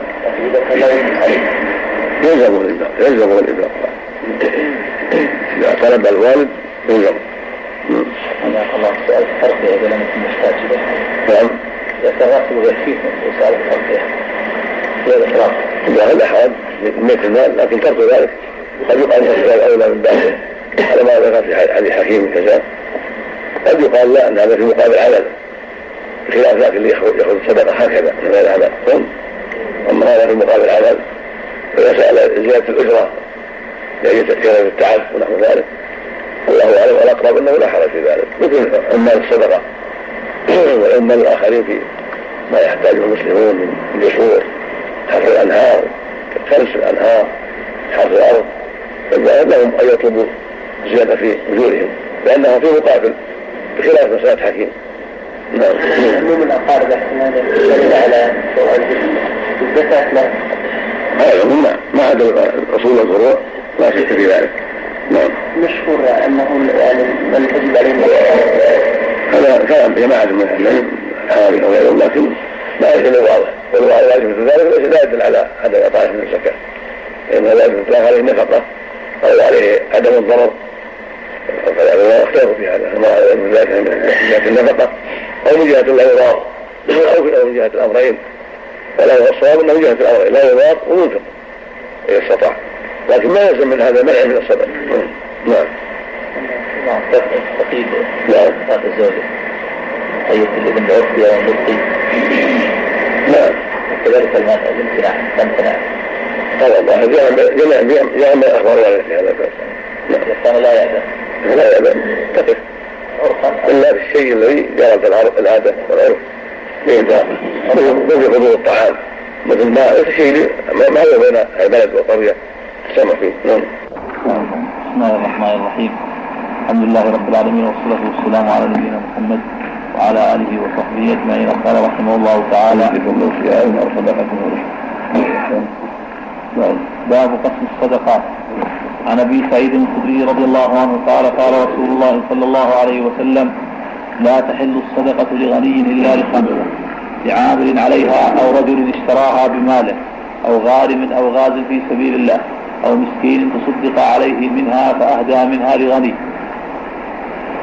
يلزم الإنفاق يلزم الإنفاق إذا طلب الوالد يلزم. أنا الله سؤال فرق إذا لم يكن محتاج له. نعم. يترقب ويكفيكم وسؤال فرق لا الإحراق إذا هذا حرام بميت المال لكن ترك ذلك قد يقال أن السؤال أولى من بعده على ما ذكر في حديث حكيم كذا. قد يقال لا أن هذا في مقابل عمل بخلاف ذاك اللي يأخذ الصدقة هكذا من غير عمل. أما هذا في مقابل عمل فيسأل زيادة الأجرة لأجل التعب ونحو ذلك والله أعلم والأقرب أنه لا حرج في ذلك مثل أمال الصدقة وأمال الآخرين في ما يحتاجه المسلمون من جسور حفر الأنهار خلص الأنهار حفر الأرض فالجائز لهم أن يطلبوا زيادة في أجورهم لأنها في مقابل بخلاف مسألة حكيم. نعم. عموم الأقارب احتمال يدل على الزكاة لا هذا ما ما عدا الأصول والفروع لا شك في ذلك. نعم. مشهور أنه يعني من تجب عليه هذا كلام جماعة من العلم حوالي أو غيرهم لكن ما يدل واضح والواجب مثل ذلك ليس لا يدل على عدم إعطائه من الزكاة لأن هذا يدل عليه النفقة أو عليه عدم الضرر فلا اختلفوا في هذا من ذلك من جهة النفقة أو من جهة لا يضار أو من جهة الأمرين ولا هو الصواب أنه من جهة الأمرين لا يضار وينفق إذا استطاع لكن ما يلزم من هذا منع من الصدقة. نعم. نعم. تقييد نعم. هذا الزوجة أي الابن العرفي أو الملقي. نعم. كذلك المال الامتناع تمتنع. هذا الله جمع جمع جمع أخبار في هذا الفرق. نعم. كان لا يأذن. لا يأذن تقف إلا في الشيء الذي جرت العادة والعرف مثل حضور الطعام مثل ما الشيء ما هو بين البلد والقرية تسمى فيه. نعم. بسم الله الرحمن الرحيم. الحمد لله رب العالمين والصلاة والسلام على نبينا محمد وعلى آله وصحبه أجمعين. قال رحمه الله تعالى باب قسم الصدقات. عن أبي سعيد الخدري رضي الله عنه قال قال رسول الله صلى الله عليه وسلم لا تحل الصدقة لغني إلا لخمسة لعامل عليها أو رجل اشتراها بماله أو غارم أو غاز في سبيل الله أو مسكين تصدق عليه منها فأهدى منها لغني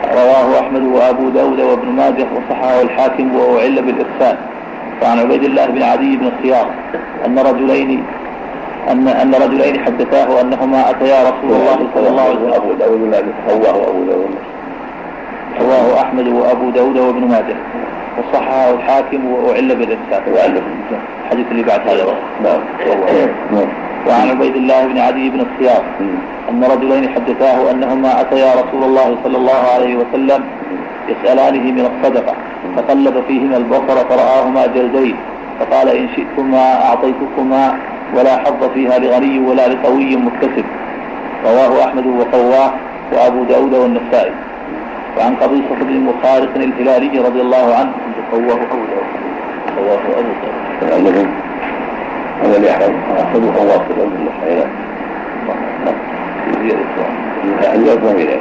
رواه أحمد وأبو داود وابن ماجه وصححه الحاكم وأعل بالإرسال. وعن عبيد الله بن عدي بن الخيار أن رجلين أن أن رجلين حدثاه أنهما أتيا رسول الله صلى الله عليه وسلم. أبو داود رواه أبو داود رواه أحمد وأبو داود وابن ماجه وصححه الحاكم وأعل بالإرسال. الحديث اللي بعد هذا. نعم. وعن عبيد الله بن عدي بن الخيار أن رجلين حدثاه أنهما أتيا رسول الله صلى الله عليه وسلم يسألانه من الصدقة فقلب فيهما البصر فرآهما جلدين فقال إن شئتما أعطيتكما ولا حظ فيها لغني ولا لقوي مكتسب. رواه أحمد وقواه وأبو داود والنسائي. وعن قبيصة بن مخارق الهلالي رضي الله عنه قواه أبو داود قواه أبو داود هذا اللي يحفظ أخذوا قواه في الأرض المصحيرة اليوم إليه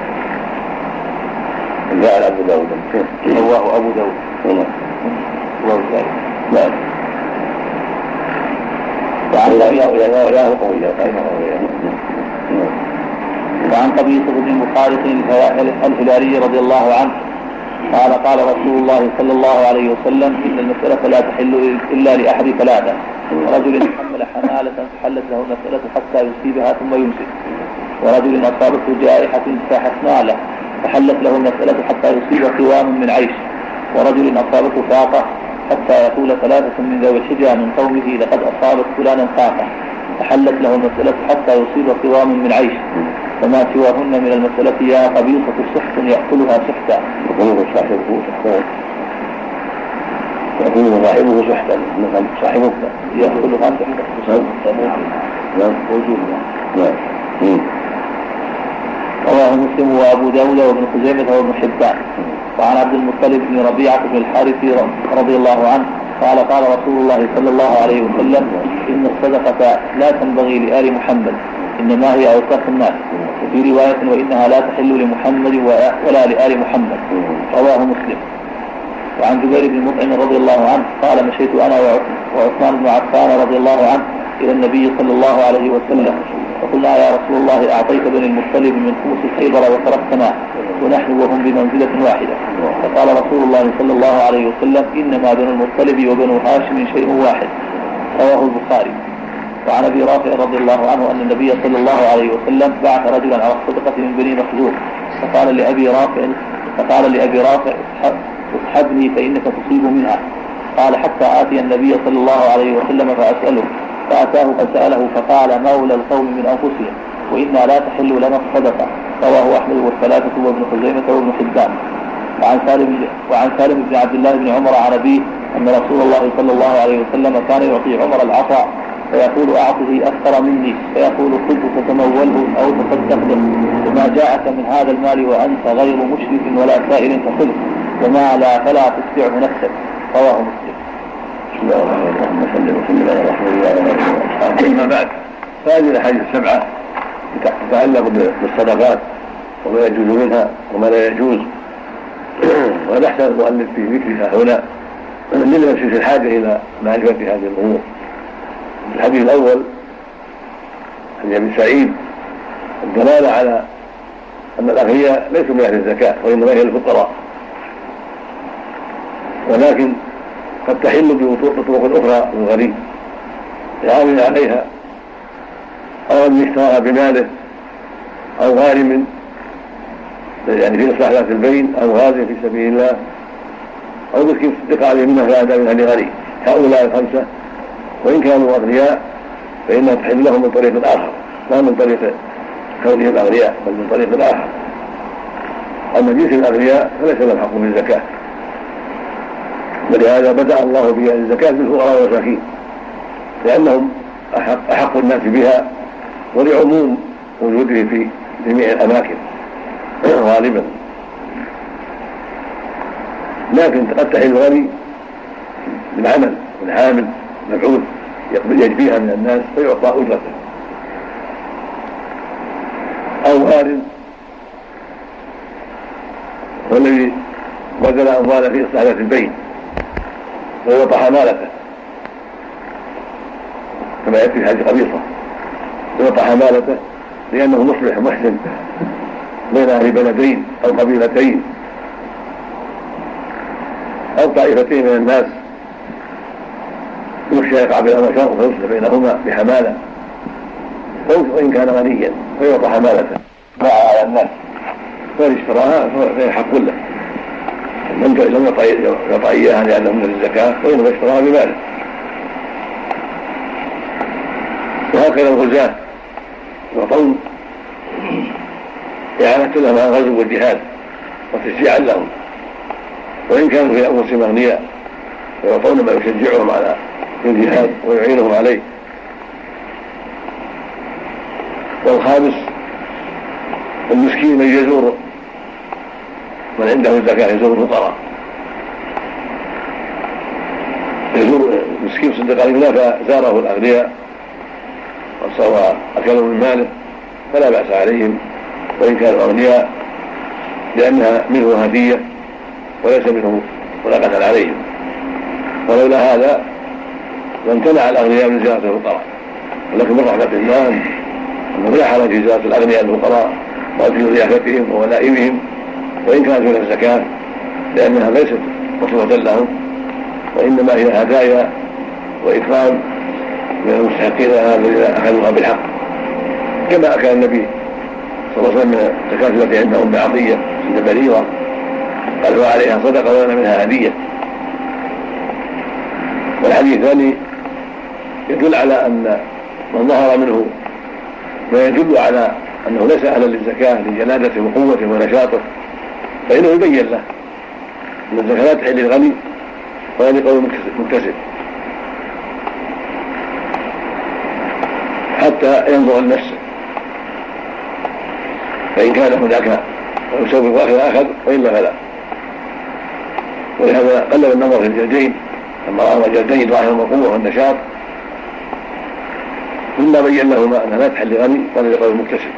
جاء أبو داود قواه أبو داود قواه ذلك. نعم. وعن قبيصة بن مخارق الهلالي رضي الله عنه قال قال رسول الله صلى الله عليه وسلم إن المسألة لا تحل إلا لأحد ثلاثة: رجل حمل حمالة فحلت له المسألة حتى يصيبها ثم يمسك، ورجل أصابته جائحة فاحت ماله فحلت له المسألة حتى يصيب قوام من عيش، ورجل أصابته فاقة حتى يقول ثلاثة من ذوي الحجى من قومه لقد أصابت فلانا فاقة فحلت له المسألة حتى يصيب قوام من عيش، فما سواهن من المسألة يا قبيصة سحت يأكلها سحتا. يقول صاحبه سحتا يقول صاحبه سحتا صاحبه يأكلها سحتا. نعم. نعم. رواه مسلم وأبو داود وابن خزيمة وابن حبان. وعن عبد المطلب بن ربيعة بن الحارث رضي الله عنه قال قال رسول الله صلى الله عليه وسلم إن الصدقة لا تنبغي لآل محمد إنما هي أوساخ الناس، وفي رواية وإنها لا تحل لمحمد ولا لآل محمد. رواه مسلم. وعن جبير بن مطعم رضي الله عنه قال مشيت أنا وعثمان بن عفان رضي الله عنه إلى النبي صلى الله عليه وسلم فقلنا يا رسول الله أعطيت بني المطلب من خمس خيبر وتركتنا ونحن وهم بمنزلة واحدة، فقال رسول الله صلى الله عليه وسلم إنما بنو المطلب وبنو هاشم شيء واحد. رواه البخاري. وعن أبي رافع رضي الله عنه أن النبي صلى الله عليه وسلم بعث رجلا على الصدقة من بني مخزوم فقال لأبي رافع فقال لأبي رافع اصحبني فإنك تصيب منها. قال حتى آتي النبي صلى الله عليه وسلم فأسأله، فأتاه فسأله فقال مولى القوم من أنفسهم وإنا لا تحل لنا الصدقة. رواه أحمد والثلاثة وابن خزيمة وابن حبان. وعن سالم وعن سالم بن عبد الله بن عمر عن أبيه أن رسول الله صلى الله عليه وسلم كان يعطي عمر العطاء فيقول أعطه أكثر مني، فيقول خذه فتموله أو تصدق به، وما جاءك من هذا المال وأنت غير مشرك ولا سائل فخذه، وما لا فلا تتبعه نفسك. رواه مسلم. بسم الله الرحمن الرحيم. صلى وسلم على رسول الله. أما بعد، فهذه الأحاديث السبعة تتعلق بالصدقات وما يجوز منها وما لا يجوز، وقد أحسن المؤلف في ذكرها هنا للمسيس الحاجة إلى معرفة هذه الأمور. الحديث الأول عن أبي سعيد الدلالة على أن الأغنياء ليسوا من أهل الزكاة وإنما هي الفقراء، ولكن قد تحل بطرق أخرى للغني يعامل عليها، أو أن يشتراها بماله، أو غارم يعني في إصلاح ذات البين، أو غازي في سبيل الله، أو مسكين صدق عليه منها فأدى منها لغني. هؤلاء الخمسة وإن كانوا أغنياء فإنها تحل لهم من طريق آخر، لا من طريق كونهم أغنياء بل من طريق آخر. أما جنس الأغنياء فليس لهم حق من الزكاة، ولهذا بدأ الله بها الزكاة بالفقراء والمساكين لأنهم أحق, أحق الناس بها ولعموم وجوده في جميع الأماكن غالبا. لكن قد تحل الغني بالعمل والعامل مبعوث يجبيها من الناس فيعطى أجرته، أو غارم والذي بذل أمواله في إصلاح ذات البين ويعطى حمالته كما يأتي في حديث قبيصة، يعطى حمالته لأنه مصلح محسن بين أهل بلدين أو قبيلتين أو طائفتين من الناس يخشى يقع بينهما شر فيصلح بينهما بحمالة، وإن كان غنيا فيعطى حمالته باع على الناس، فإن اشتراها فيحق له، لم يعطى إياها لأنه من الزكاة، وإنما اشتراها بماله. وهكذا الغزاة يعطون إعانة لهم على الغزو والجهاد وتشجيعا لهم، وإن كانوا في أنفسهم أغنياء ويعطون ما يشجعهم على الجهاد ويعينهم عليه. والخامس المسكين من يزور من عنده الزكاة، يزور الفقراء، يزور مسكين صدق عليه فزاره الأغنياء وأكلوا من ماله فلا بأس عليهم وإن كانوا أغنياء، لأنها منه هدية وليس منه مناقة عليهم. ولولا هذا لامتنع الأغنياء من زيارة الفقراء، ولكن من رحمة الله أنه لا حرج في زيارة الأغنياء الفقراء وفي ضيافتهم وولائمهم وإن كانت من الزكاة، لأنها ليست مصروفة لهم وإنما هي هدايا وإكرام من المستحقين الذين أخذوها بالحق، كما أكل النبي صلى الله عليه وسلم من الزكاة التي عند أم عطية عند بريرة قال وعليها صدقة ولنا منها هدية. والحديث الثاني يدل على أن من ظهر منه ما يدل على أنه ليس أهلا للزكاة لجلادته وقوته ونشاطه فإنه يبين له أن الزكاة لا تحل للغني ولا لقوم مكتسب حتى ينظر لنفسه، فإن كان هناك ويسوف أخذ أخذ وإلا فلا. ولهذا قلب النظر في الجلدين لما رأى الجلدين ظاهر القوة والنشاط ثم بين لهما أنها لا تحل لغني ولا لقوم مكتسب.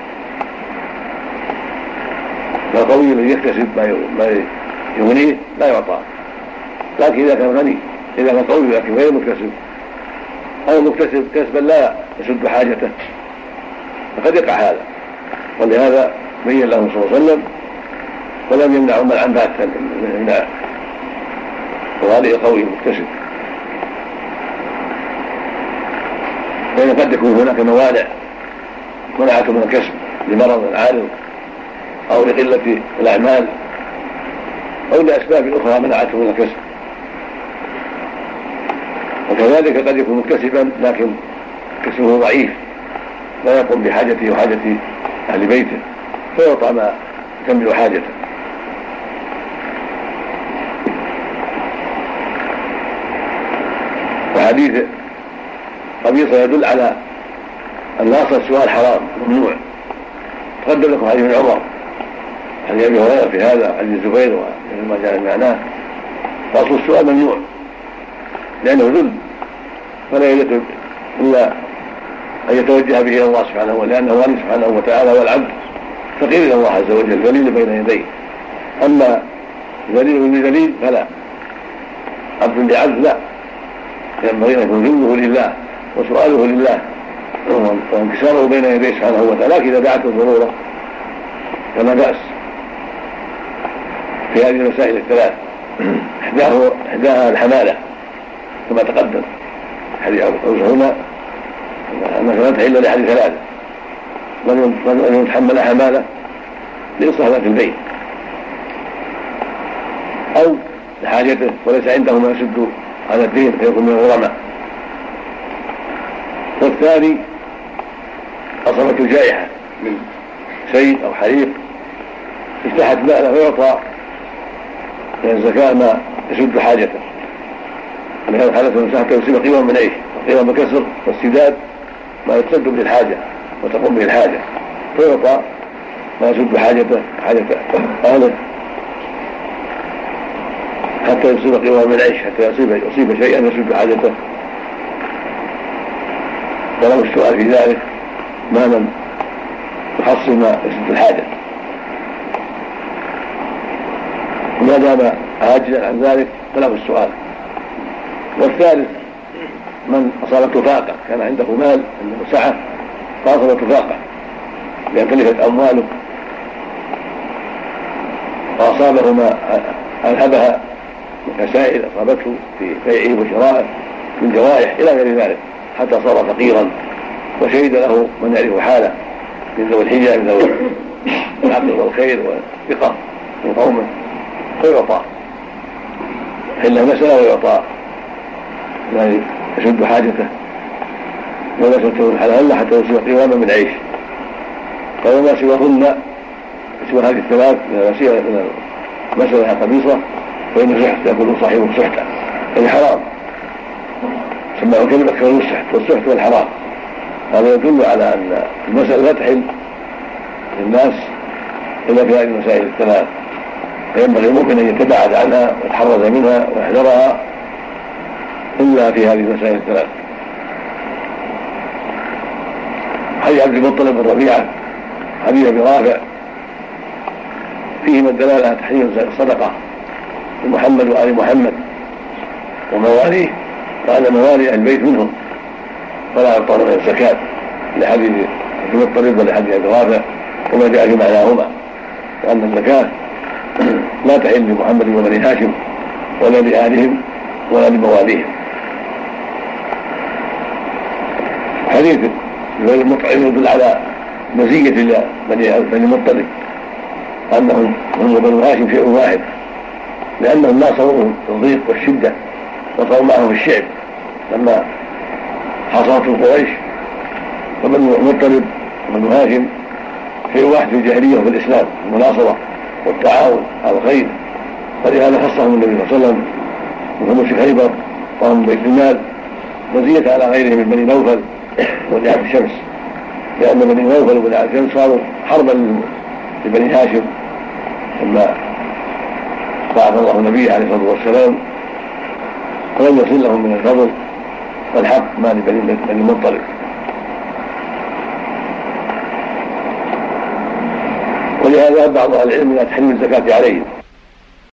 فالقوي الذي يكتسب ما يغنيه لا يعطى، لكن إذا كان غني إذا كان قوي لكن غير مكتسب أو مكتسب كسبا لا يسد حاجته فقد يقع هذا. ولهذا بين له صلى الله عليه وسلم ولم يمنعوا منعا باتا من وهذه القوي مكتسب، لأن قد يكون هناك موانع منعته من الكسب لمرض عارض أو لقلة الأعمال أو لأسباب أخرى منعته من الكسب. وكذلك قد يكون مكتسبا لكن كسبه ضعيف لا يقوم بحاجته وحاجة أهل بيته فيعطى ما يكمل حاجته. وحديث قبيصة يدل على أن أصل السؤال حرام ممنوع. تقدم لكم حديث ابن عمر عن أبي هريرة في هذا عن الزبير وما جاء معناه، فأصل السؤال ممنوع لأنه ذل فلا يجب إلا أن يتوجه به إلى الله سبحانه وتعالى، لأنه غني سبحانه وتعالى والعبد فقير إلى الله عز وجل ذليل بين يديه. أما ذليل بذليل فلا، عبد بعبد لا، ينبغي أن يكون ذله لله وسؤاله لله وانكساره بين يديه سبحانه وتعالى، لكن إذا دعته الضرورة فلا بأس في هذه المسائل الثلاث. إحداه إحداها الحمالة كما تقدم حديث هنا أنك لا تحل لأحد ثلاثة، من يتحمل حمالة لإصلاح ذات البيت أو لحاجته وليس عنده ما يسد على الدين فيكون من الغرماء. والثاني أصابته جائحة من سيل أو حريق افتحت ماء ويعطى من الزكاة ما يسد حاجته، لأن هذا حالة المساحة يصيب قيمة من عيش وقيمة من كسر والسداد ما يتسد به الحاجة وتقوم به الحاجة فيعطى ما يسد حاجته حاجة أهله حتى يصيب قيمة من عيش، حتى يصيب, يصيب شيئا يسد حاجته. ولو السؤال في ذلك ما لم يحصل ما يسد الحاجة، وما دام عاجزا عن ذلك فله السؤال. والثالث من أصابته فاقة، كان عنده مال عنده سعة فأصابته فاقة لأن تلفت أمواله فأصابه ما ألهبها من كسائر أصابته في بيعه وشرائه من جوائح إلى غير ذلك، حتى صار فقيرا، وشهد له من يعرف حاله من ذوي الحجة من ذوي العقل والخير والثقة من قومه، فيعطى حل المسألة ويعطى يعني يسد حاجته ولا تكون حلالا حتى يصير قواما من عيش. قال ما سواهن سوى هذه الثلاث من مسألة قميصة فإن سحت يقول صاحبه سحتا، يعني حرام، سماه كلمة أكثر السحت والسحت والحرام. هذا يدل على أن المسألة لا تحل للناس إلا في هذه المسائل الثلاث، فينبغي المؤمن أن يتباعد عنها ويتحرز منها ويحذرها إلا في هذه المسائل الثلاث. حديث عبد المطلب بن ربيعة حديث أبي رافع فيهما الدلالة على تحريم الصدقة لمحمد وآل محمد ومواليه، وأن موالي أهل البيت منهم فلا يعطون من الزكاة لحديث عبد المطلب ولحديث أبي رافع وما جاء في معناهما، وأن الزكاة لا تحل لمحمد وبني هاشم ولا لآلهم ولا لمواليهم. حديث المطعم يدل على مزية بني المطلب أنهم هم بنو هاشم شيء واحد، لأنهم ناصروهم في الضيق والشدة وصاروا معهم في الشعب لما حاصرتهم قريش، فبنو المطلب وبنو هاشم شيء واحد في الجاهلية وفي الإسلام، المناصرة والتعاون على الخير، فلهذا خصهم النبي صلى الله عليه وسلم ومسك خيبر وهم بيت المال مزية على غيرهم من بني نوفل وبني عبد الشمس، لأن بني نوفل وبني عبد الشمس صاروا حربا لبني هاشم لما بعث الله النبي عليه الصلاة والسلام، ولم يصل لهم من الفضل والحق ما لبني المطلب. ولهذا بعض أهل العلم إلى تحريم الزكاة عليهم،